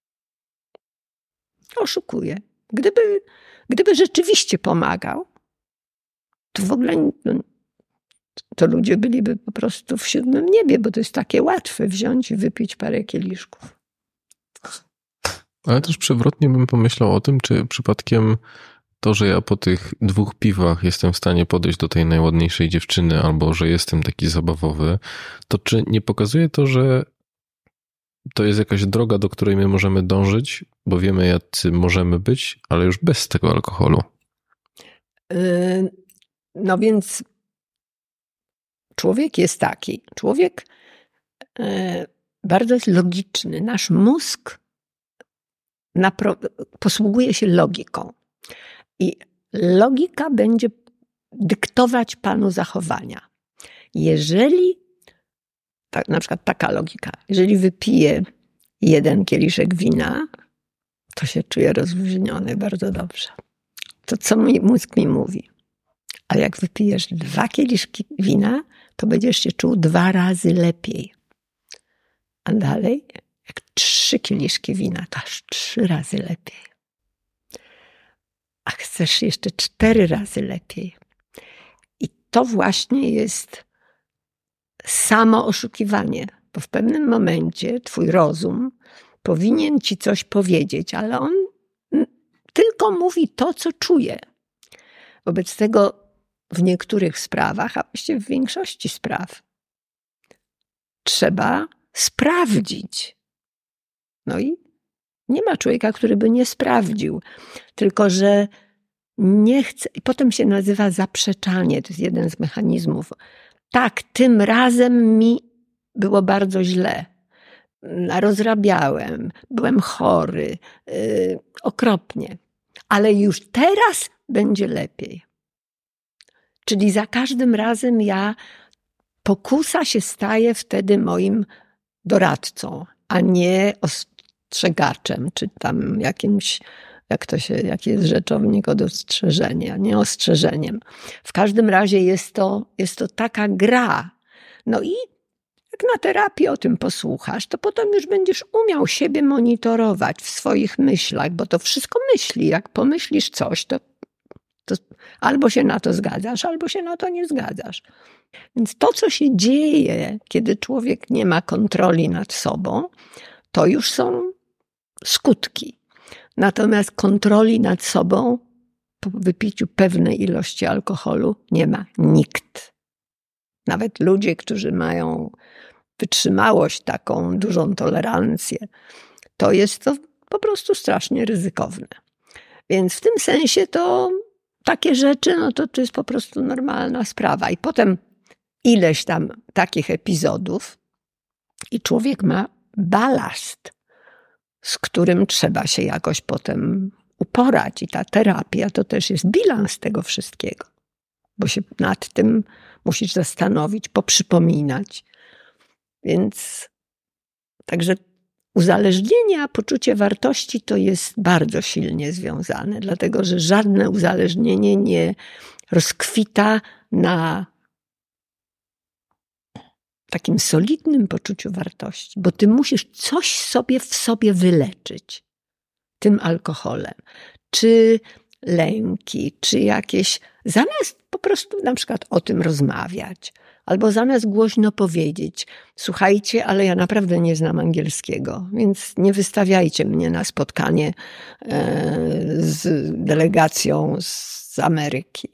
Oszukuje. Gdyby, gdyby rzeczywiście pomagał, to w ogóle no, to ludzie byliby po prostu w siódmym niebie, bo to jest takie łatwe wziąć i wypić parę kieliszków. Ale też przewrotnie bym pomyślał o tym, czy przypadkiem to, że ja po tych dwóch piwach jestem w stanie podejść do tej najładniejszej dziewczyny, albo że jestem taki zabawowy, to czy nie pokazuje to, że to jest jakaś droga, do której my możemy dążyć, bo wiemy, jacy możemy być, ale już bez tego alkoholu? Yy, no więc człowiek jest taki. Człowiek yy, bardzo jest logiczny. Nasz mózg napro- posługuje się logiką. I logika będzie dyktować panu zachowania. Jeżeli, tak, na przykład taka logika, jeżeli wypiję jeden kieliszek wina, to się czuję rozluźniony bardzo dobrze. To co mój mózg mi mówi? A jak wypijesz dwa kieliszki wina, to będziesz się czuł dwa razy lepiej. A dalej, jak trzy kieliszki wina, to aż trzy razy lepiej. A chcesz jeszcze cztery razy lepiej. I to właśnie jest samo oszukiwanie, bo w pewnym momencie twój rozum powinien ci coś powiedzieć, ale on tylko mówi to, co czuje. Wobec tego w niektórych sprawach, a właściwie w większości spraw, trzeba sprawdzić. No i nie ma człowieka, który by nie sprawdził. Tylko że nie chce. I potem się nazywa zaprzeczanie. To jest jeden z mechanizmów. Tak, tym razem mi było bardzo źle. Rozrabiałem, byłem chory, yy, okropnie. Ale już teraz będzie lepiej. Czyli za każdym razem ja, pokusa się staje wtedy moim doradcą, a nie ostrzegaczem, czy tam jakimś, jak to się, jaki jest rzeczownik od ostrzeżenia, nie ostrzeżeniem. W każdym razie jest to, jest to taka gra. No i jak na terapii o tym posłuchasz, to potem już będziesz umiał siebie monitorować w swoich myślach, bo to wszystko myśli. Jak pomyślisz coś, to, to albo się na to zgadzasz, albo się na to nie zgadzasz. Więc to, co się dzieje, kiedy człowiek nie ma kontroli nad sobą, to już są skutki. Natomiast kontroli nad sobą po wypiciu pewnej ilości alkoholu nie ma nikt. Nawet ludzie, którzy mają wytrzymałość, taką dużą tolerancję, to jest to po prostu strasznie ryzykowne. Więc w tym sensie to takie rzeczy, no to, to jest po prostu normalna sprawa. I potem ileś tam takich epizodów i człowiek ma balast, z którym trzeba się jakoś potem uporać. I ta terapia to też jest bilans tego wszystkiego. Bo się nad tym musisz zastanowić, poprzypominać. Więc także uzależnienie, a poczucie wartości to jest bardzo silnie związane, dlatego że żadne uzależnienie nie rozkwita na takim solidnym poczuciu wartości, bo ty musisz coś sobie w sobie wyleczyć tym alkoholem. Czy lęki, czy jakieś, zamiast po prostu na przykład o tym rozmawiać, albo zamiast głośno powiedzieć, słuchajcie, ale ja naprawdę nie znam angielskiego, więc nie wystawiajcie mnie na spotkanie z delegacją z Ameryki.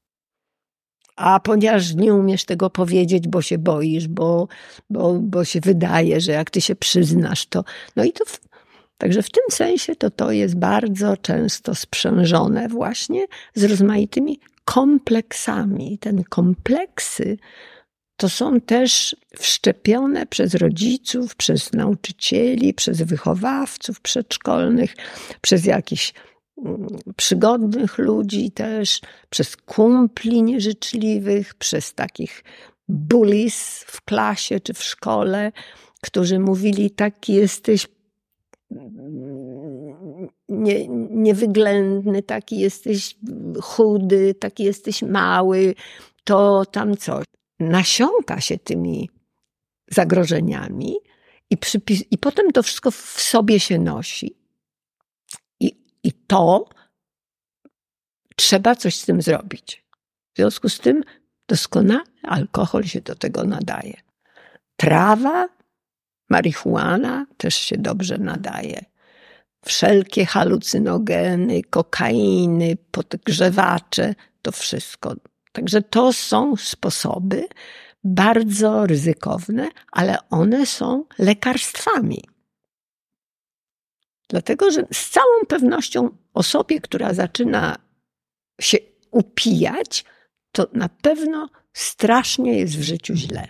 A ponieważ nie umiesz tego powiedzieć, bo się boisz, bo, bo, bo się wydaje, że jak ty się przyznasz, to... No i to... W, także w tym sensie to to jest bardzo często sprzężone właśnie z rozmaitymi kompleksami. Ten kompleksy to są też wszczepione przez rodziców, przez nauczycieli, przez wychowawców przedszkolnych, przez jakichś przygodnych ludzi też, przez kumpli nieżyczliwych, przez takich bullies w klasie czy w szkole, którzy mówili, taki jesteś nie, niewyględny, taki jesteś chudy, taki jesteś mały, to tam coś. Nasiąka się tymi zagrożeniami i, przypis- i potem to wszystko w sobie się nosi. I, i to trzeba coś z tym zrobić. W związku z tym doskonale alkohol się do tego nadaje. Trawa, marihuana też się dobrze nadaje. Wszelkie halucynogeny, kokainy, podgrzewacze, to wszystko. Także to są sposoby bardzo ryzykowne, ale one są lekarstwami. Dlatego, że z całą pewnością osobie, która zaczyna się upijać, to na pewno strasznie jest w życiu źle.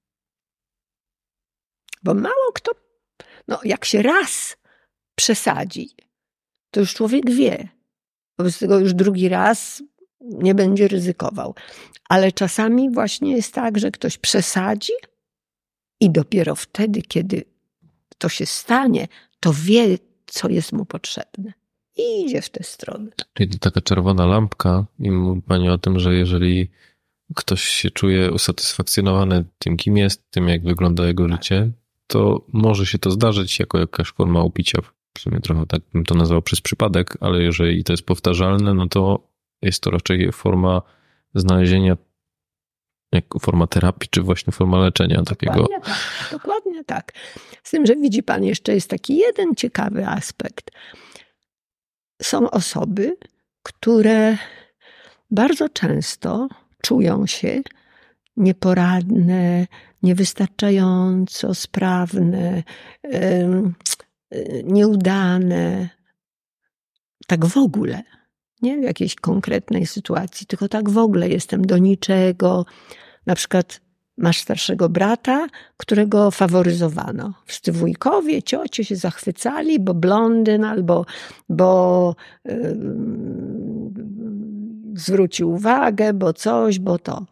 Bo mało kto, no jak się raz przesadzi, to już człowiek wie. Wobec tego już drugi raz nie będzie ryzykował. Ale czasami właśnie jest tak, że ktoś przesadzi i dopiero wtedy, kiedy to się stanie, to wie, co jest mu potrzebne. I idzie w tę stronę. Czyli taka czerwona lampka i mówi pani o tym, że jeżeli ktoś się czuje usatysfakcjonowany tym, kim jest, tym, jak wygląda jego życie, to może się to zdarzyć jako jakaś forma upicia. W sumie trochę tak bym to nazwał przez przypadek, ale jeżeli to jest powtarzalne, no to jest to raczej forma znalezienia, jak forma terapii, czy właśnie forma leczenia takiego. Dokładnie tak, dokładnie tak. Z tym, że widzi pan, jeszcze jest taki jeden ciekawy aspekt. Są osoby, które bardzo często czują się nieporadne, niewystarczająco sprawne, nieudane. Tak w ogóle. Nie w jakiejś konkretnej sytuacji, tylko tak w ogóle jestem do niczego. Na przykład masz starszego brata, którego faworyzowano. Wszyscy wujkowie, ciocie się zachwycali, bo blondyn albo bo yy, zwrócił uwagę, bo coś, bo to.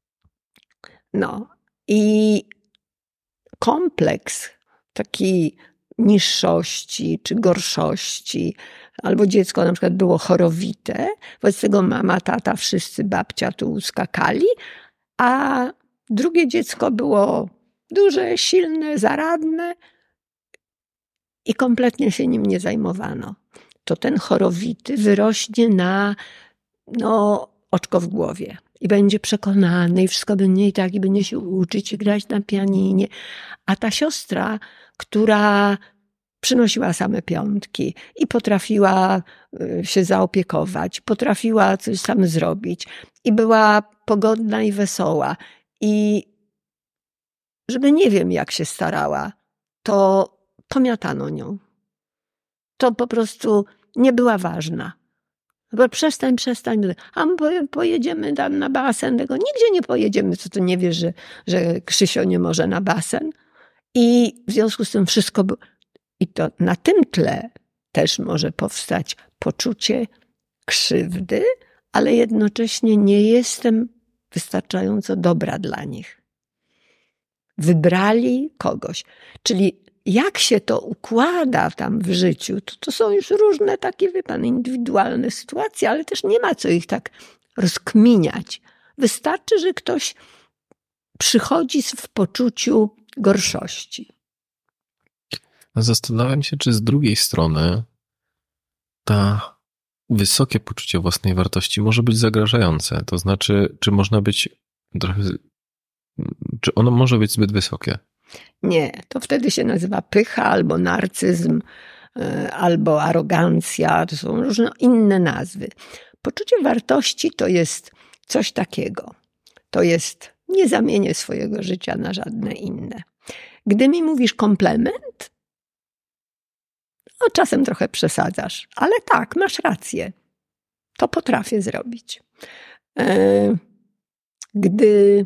No i kompleks taki niższości czy gorszości, albo dziecko na przykład było chorowite, wobec tego mama, tata, wszyscy, babcia tu skakali, a drugie dziecko było duże, silne, zaradne i kompletnie się nim nie zajmowano. To ten chorowity wyrośnie na no, oczko w głowie i będzie przekonany i wszystko będzie i tak, i będzie się uczyć i grać na pianinie. A ta siostra, która przynosiła same piątki i potrafiła się zaopiekować, potrafiła coś tam zrobić i była pogodna i wesoła. I żeby nie wiem jak się starała, to pomiatano nią. To po prostu nie była ważna. Bo przestań, przestań. A my pojedziemy tam na basen. Tego nigdzie nie pojedziemy. Co ty nie wiesz, że, że Krzysio nie może na basen? I w związku z tym wszystko było. I to na tym tle też może powstać poczucie krzywdy, ale jednocześnie nie jestem wystarczająco dobra dla nich. Wybrali kogoś. Czyli jak się to układa tam w życiu, to, to są już różne takie, wie pan, indywidualne sytuacje, ale też nie ma co ich tak rozkminiać. Wystarczy, że ktoś przychodzi w poczuciu gorszości. Zastanawiam się, czy z drugiej strony ta wysokie poczucie własnej wartości może być zagrażające? To znaczy, czy można być trochę, czy ono może być zbyt wysokie? Nie, to wtedy się nazywa pycha albo narcyzm, albo arogancja, to są różne inne nazwy. Poczucie wartości to jest coś takiego. To jest nie zamienię swojego życia na żadne inne. Gdy mi mówisz komplement, no czasem trochę przesadzasz, ale tak, masz rację. To potrafię zrobić. Gdy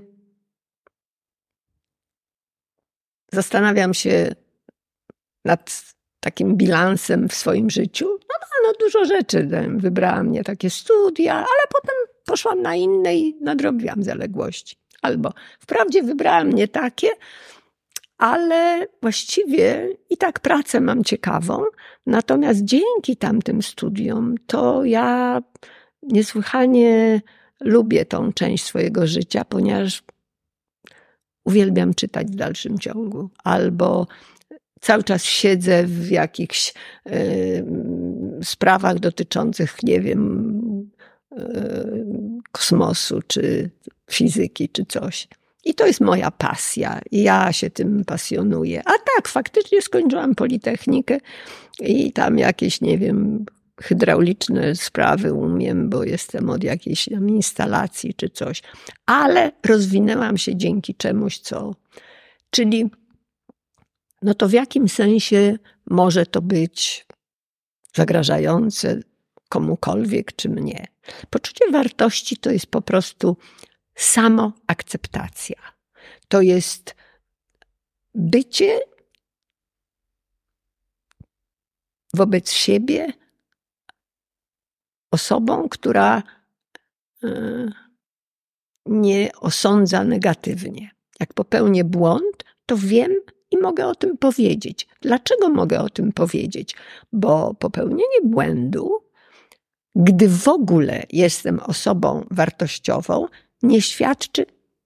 zastanawiam się nad takim bilansem w swoim życiu, no, no dużo rzeczy. Wybrałam nie takie studia, ale potem poszłam na inne i nadrobiłam zaległości. Albo wprawdzie wybrałam nie takie, ale właściwie i tak pracę mam ciekawą. Natomiast dzięki tamtym studiom to ja niesłychanie lubię tą część swojego życia, ponieważ uwielbiam czytać w dalszym ciągu. Albo cały czas siedzę w jakichś y, sprawach dotyczących, nie wiem, y, kosmosu, czy fizyki, czy coś. I to jest moja pasja. I ja się tym pasjonuję. A tak, faktycznie skończyłam Politechnikę i tam jakieś, nie wiem, hydrauliczne sprawy umiem, bo jestem od jakiejś tam instalacji, czy coś. Ale rozwinęłam się dzięki czemuś, co... Czyli no to w jakim sensie może to być zagrażające komukolwiek czy mnie? Poczucie wartości to jest po prostu samoakceptacja. To jest bycie wobec siebie osobą, która nie osądza negatywnie. Jak popełnię błąd, to wiem i mogę o tym powiedzieć. Dlaczego mogę o tym powiedzieć? Bo popełnienie błędu, gdy w ogóle jestem osobą wartościową, nie świadczy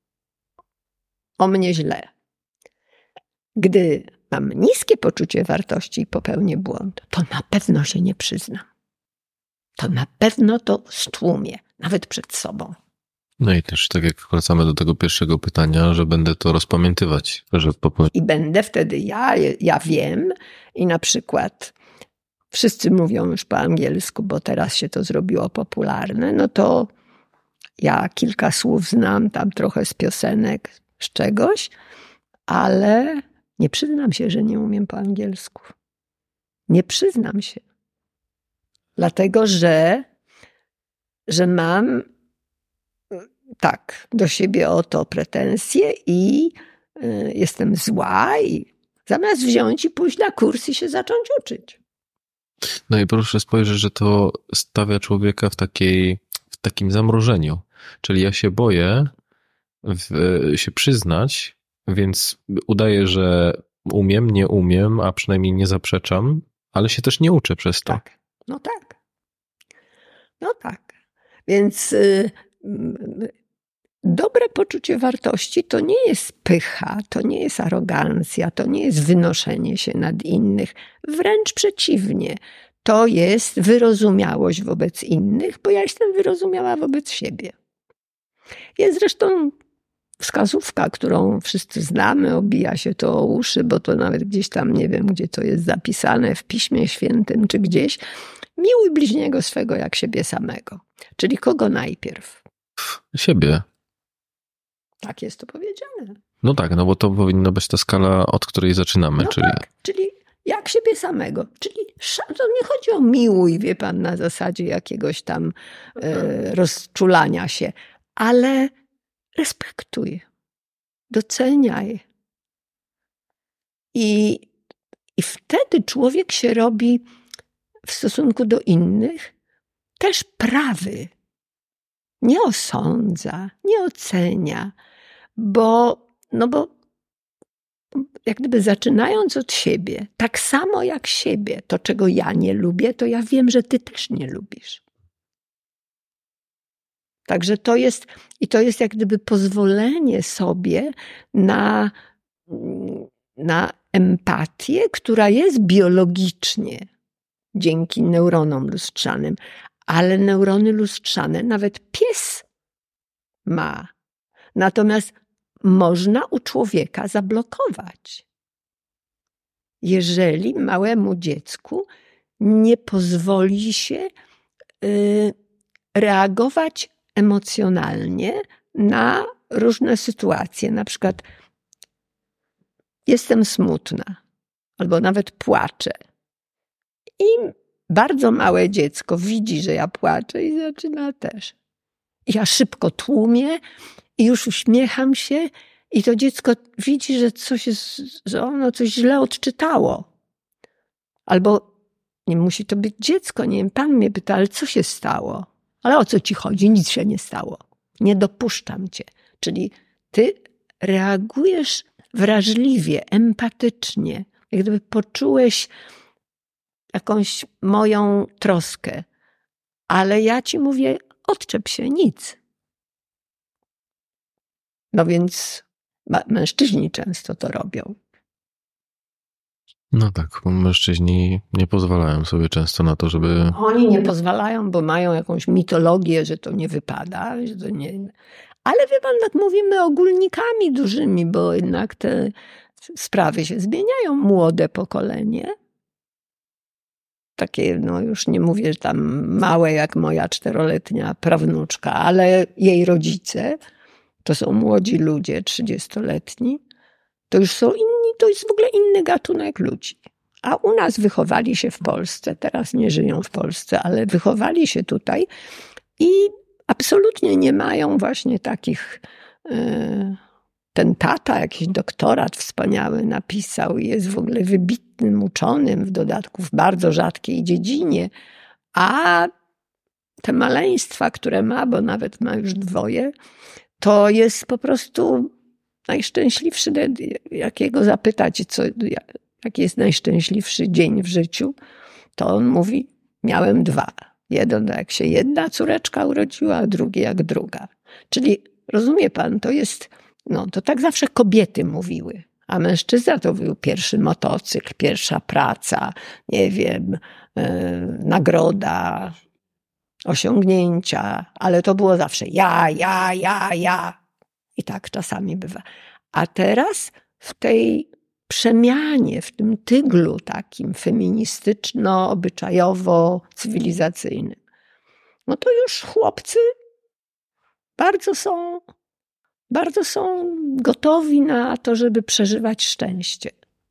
o mnie źle. Gdy mam niskie poczucie wartości i popełnię błąd, to na pewno się nie przyznam. To na pewno to stłumię, nawet przed sobą. No i też tak jak wracamy do tego pierwszego pytania, że będę to rozpamiętywać. Że popeł... I będę wtedy, ja, ja wiem i na przykład wszyscy mówią już po angielsku, bo teraz się to zrobiło popularne, no to ja kilka słów znam, tam trochę z piosenek, z czegoś, ale nie przyznam się, że nie umiem po angielsku. Nie przyznam się. Dlatego, że, że mam tak do siebie o to pretensje i y, jestem zła i zamiast wziąć i pójść na kurs i się zacząć uczyć. No i proszę spojrzeć, że to stawia człowieka w takiej, w takim zamrożeniu. Czyli ja się boję w, się przyznać, więc udaję, że umiem, nie umiem, a przynajmniej nie zaprzeczam, ale się też nie uczę przez to. Tak, no tak. No tak. Więc y, dobre poczucie wartości to nie jest pycha, to nie jest arogancja, to nie jest wynoszenie się nad innych. Wręcz przeciwnie. To jest wyrozumiałość wobec innych, bo ja jestem wyrozumiała wobec siebie. Jest zresztą wskazówka, którą wszyscy znamy, obija się to o uszy, bo to nawet gdzieś tam, nie wiem, gdzie to jest zapisane w Piśmie Świętym czy gdzieś. Miłuj bliźniego swego jak siebie samego. Czyli kogo najpierw? Siebie. Tak jest to powiedziane. No tak, no bo to powinna być ta skala, od której zaczynamy. No czyli... tak, czyli jak siebie samego. Czyli to nie chodzi o miłuj, wie pan, na zasadzie jakiegoś tam e, rozczulania się, ale respektuj, doceniaj. I, I wtedy człowiek się robi w stosunku do innych też prawy. Nie osądza, nie ocenia, bo, no bo jak gdyby zaczynając od siebie, tak samo jak siebie, to czego ja nie lubię, to ja wiem, że ty też nie lubisz. Także to jest, i to jest jak gdyby pozwolenie sobie na, na empatię, która jest biologicznie dzięki neuronom lustrzanym, ale neurony lustrzane nawet pies ma. Natomiast można u człowieka zablokować. Jeżeli małemu dziecku nie pozwoli się y, reagować emocjonalnie na różne sytuacje. Na przykład jestem smutna albo nawet płaczę. I bardzo małe dziecko widzi, że ja płaczę i zaczyna też. Ja szybko tłumię i już uśmiecham się i to dziecko widzi, że coś jest, że ono coś źle odczytało. Albo nie musi to być dziecko, nie wiem, pan mnie pyta, ale co się stało? Ale o co ci chodzi? Nic się nie stało. Nie dopuszczam cię. Czyli ty reagujesz wrażliwie, empatycznie. Jak gdyby poczułeś jakąś moją troskę. Ale ja ci mówię, odczep się, nic. No więc mężczyźni często to robią. No tak, mężczyźni nie pozwalają sobie często na to, żeby... Oni nie pozwalają, bo mają jakąś mitologię, że to nie wypada, że to nie... Ale wie pan, tak mówimy ogólnikami dużymi, bo jednak te sprawy się zmieniają. Młode pokolenie, takie, no już nie mówię, że tam małe jak moja czteroletnia prawnuczka, ale jej rodzice, to są młodzi ludzie, trzydziestoletni, to już są inni, to jest w ogóle inny gatunek ludzi. A u nas wychowali się w Polsce, teraz nie żyją w Polsce, ale wychowali się tutaj i absolutnie nie mają właśnie takich... Yy, ten tata jakiś doktorat wspaniały napisał i jest w ogóle wybitnym uczonym, w dodatku w bardzo rzadkiej dziedzinie, a te maleństwa, które ma, bo nawet ma już dwoje, to jest po prostu najszczęśliwszy, jakiego zapytać, co, jaki jest najszczęśliwszy dzień w życiu, to on mówi, miałem dwa. Jeden jak się jedna córeczka urodziła, a drugi jak druga. Czyli rozumie pan, to jest, no to tak zawsze kobiety mówiły, a mężczyzna to był pierwszy motocykl, pierwsza praca, nie wiem, yy, nagroda, osiągnięcia, ale to było zawsze ja, ja, ja, ja. I tak czasami bywa. A teraz w tej przemianie, w tym tyglu takim feministyczno-obyczajowo-cywilizacyjnym, no to już chłopcy bardzo są, bardzo są gotowi na to, żeby przeżywać szczęście.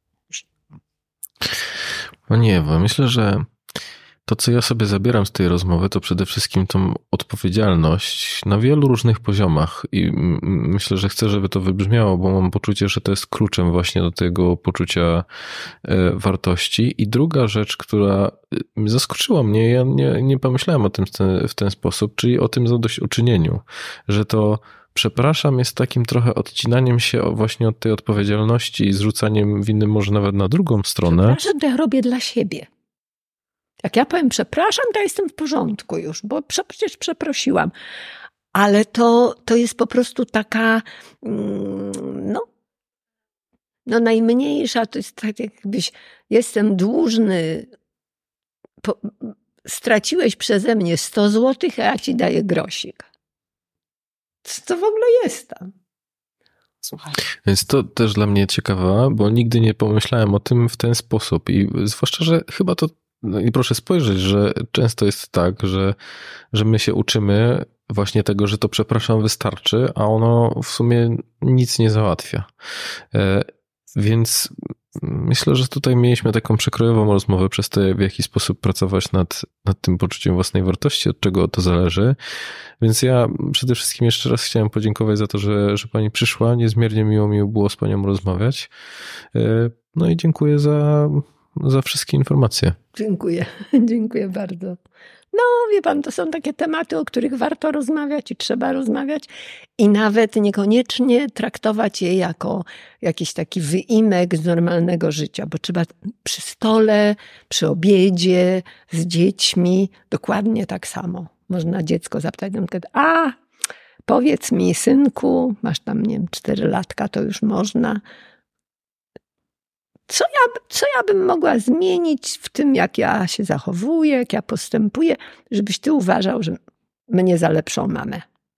Pani Ewo, myślę, że to, co ja sobie zabieram z tej rozmowy, to przede wszystkim tą odpowiedzialność na wielu różnych poziomach i myślę, że chcę, żeby to wybrzmiało, bo mam poczucie, że to jest kluczem właśnie do tego poczucia wartości. I druga rzecz, która zaskoczyła mnie, ja nie, nie pomyślałem o tym w ten, w ten sposób, czyli o tym zadośćuczynieniu, że to przepraszam jest takim trochę odcinaniem się właśnie od tej odpowiedzialności i zrzucaniem winy może nawet na drugą stronę. Przepraszam, to ja robię dla siebie. Jak ja powiem przepraszam, to jestem w porządku już, bo przecież przeprosiłam. Ale to, to jest po prostu taka, no, no najmniejsza, to jest tak jakbyś, jestem dłużny, po, straciłeś przeze mnie sto złotych, a ja ci daję grosik. Co to w ogóle jest tam? Słuchaj. Więc to też dla mnie ciekawe, bo nigdy nie pomyślałem o tym w ten sposób i zwłaszcza, że chyba to no i proszę spojrzeć, że często jest tak, że, że my się uczymy właśnie tego, że to przepraszam wystarczy, a ono w sumie nic nie załatwia. Więc myślę, że tutaj mieliśmy taką przekrojową rozmowę przez to, w jaki sposób pracować nad, nad tym poczuciem własnej wartości, od czego to zależy. Więc ja przede wszystkim jeszcze raz chciałem podziękować za to, że, że pani przyszła. Niezmiernie miło mi było z panią rozmawiać. No i dziękuję za za wszystkie informacje. Dziękuję, dziękuję bardzo. No wie pan, to są takie tematy, o których warto rozmawiać i trzeba rozmawiać i nawet niekoniecznie traktować je jako jakiś taki wyimek z normalnego życia, bo trzeba przy stole, przy obiedzie, z dziećmi dokładnie tak samo. Można dziecko zapytać na przykład, a powiedz mi synku, masz tam nie wiem cztery latka, to już można. Co ja, co ja bym mogła zmienić w tym, jak ja się zachowuję, jak ja postępuję, żebyś ty uważał, że mnie za lepszą mamę.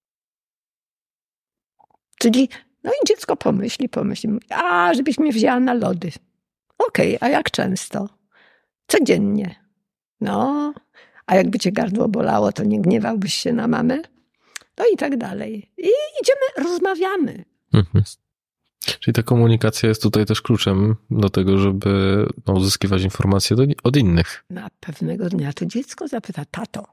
Czyli, no i dziecko pomyśli, pomyśli, a żebyś mnie wzięła na lody. Okej, okay, a jak często? Codziennie. No, a jakby cię gardło bolało, to nie gniewałbyś się na mamę? No i tak dalej. I idziemy, rozmawiamy. Mhm. Czyli ta komunikacja jest tutaj też kluczem do tego, żeby no, uzyskiwać informacje do, od innych. Na pewnego dnia to dziecko zapyta, tato,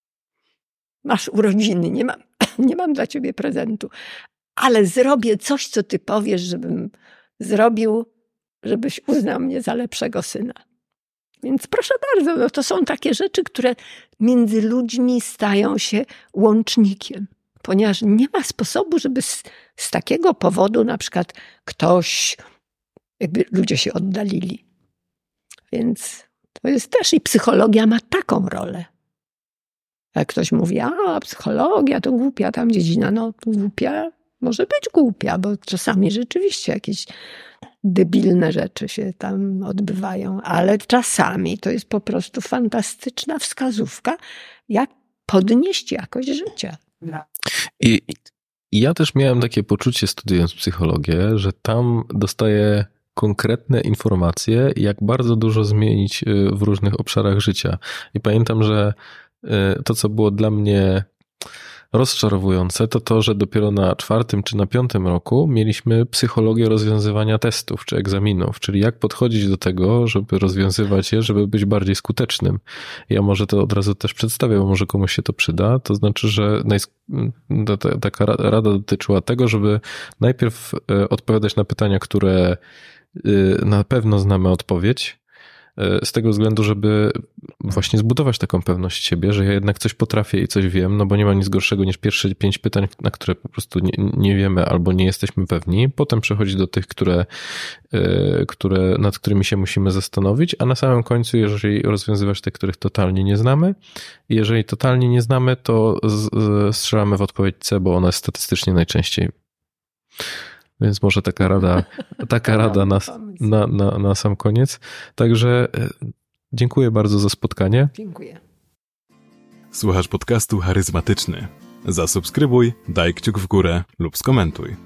masz urodziny, nie mam, nie mam dla ciebie prezentu, ale zrobię coś, co ty powiesz, żebym zrobił, żebyś uznał mnie za lepszego syna. Więc proszę bardzo, no to są takie rzeczy, które między ludźmi stają się łącznikiem. Ponieważ nie ma sposobu, żeby z, z takiego powodu na przykład ktoś, jakby ludzie się oddalili. Więc to jest też i psychologia ma taką rolę. Jak ktoś mówi, a psychologia to głupia tam dziedzina, no głupia może być głupia, bo czasami rzeczywiście jakieś debilne rzeczy się tam odbywają, ale czasami to jest po prostu fantastyczna wskazówka, jak podnieść jakość życia. I, I ja też miałem takie poczucie, studiując psychologię, że tam dostaję konkretne informacje, jak bardzo dużo zmienić w różnych obszarach życia. I pamiętam, że to, co było dla mnie rozczarowujące, to to, że dopiero na czwartym czy na piątym roku mieliśmy psychologię rozwiązywania testów czy egzaminów, czyli jak podchodzić do tego, żeby rozwiązywać je, żeby być bardziej skutecznym. Ja może to od razu też przedstawię, bo może komuś się to przyda. To znaczy, że taka rada dotyczyła tego, żeby najpierw odpowiadać na pytania, które na pewno znamy odpowiedź, z tego względu, żeby właśnie zbudować taką pewność siebie, że ja jednak coś potrafię i coś wiem, no bo nie ma nic gorszego niż pierwsze pięć pytań, na które po prostu nie, nie wiemy albo nie jesteśmy pewni. Potem przechodzi do tych, które, które, nad którymi się musimy zastanowić, a na samym końcu, jeżeli rozwiązywać te, których totalnie nie znamy, jeżeli totalnie nie znamy, to z, z, strzelamy w odpowiedź C, bo ona jest statystycznie najczęściej. Więc może taka rada, taka rada na, na, na, na sam koniec. Także dziękuję bardzo za spotkanie. Dziękuję. Słuchasz podcastu Charyzmatyczny. Zasubskrybuj, daj kciuk w górę lub skomentuj.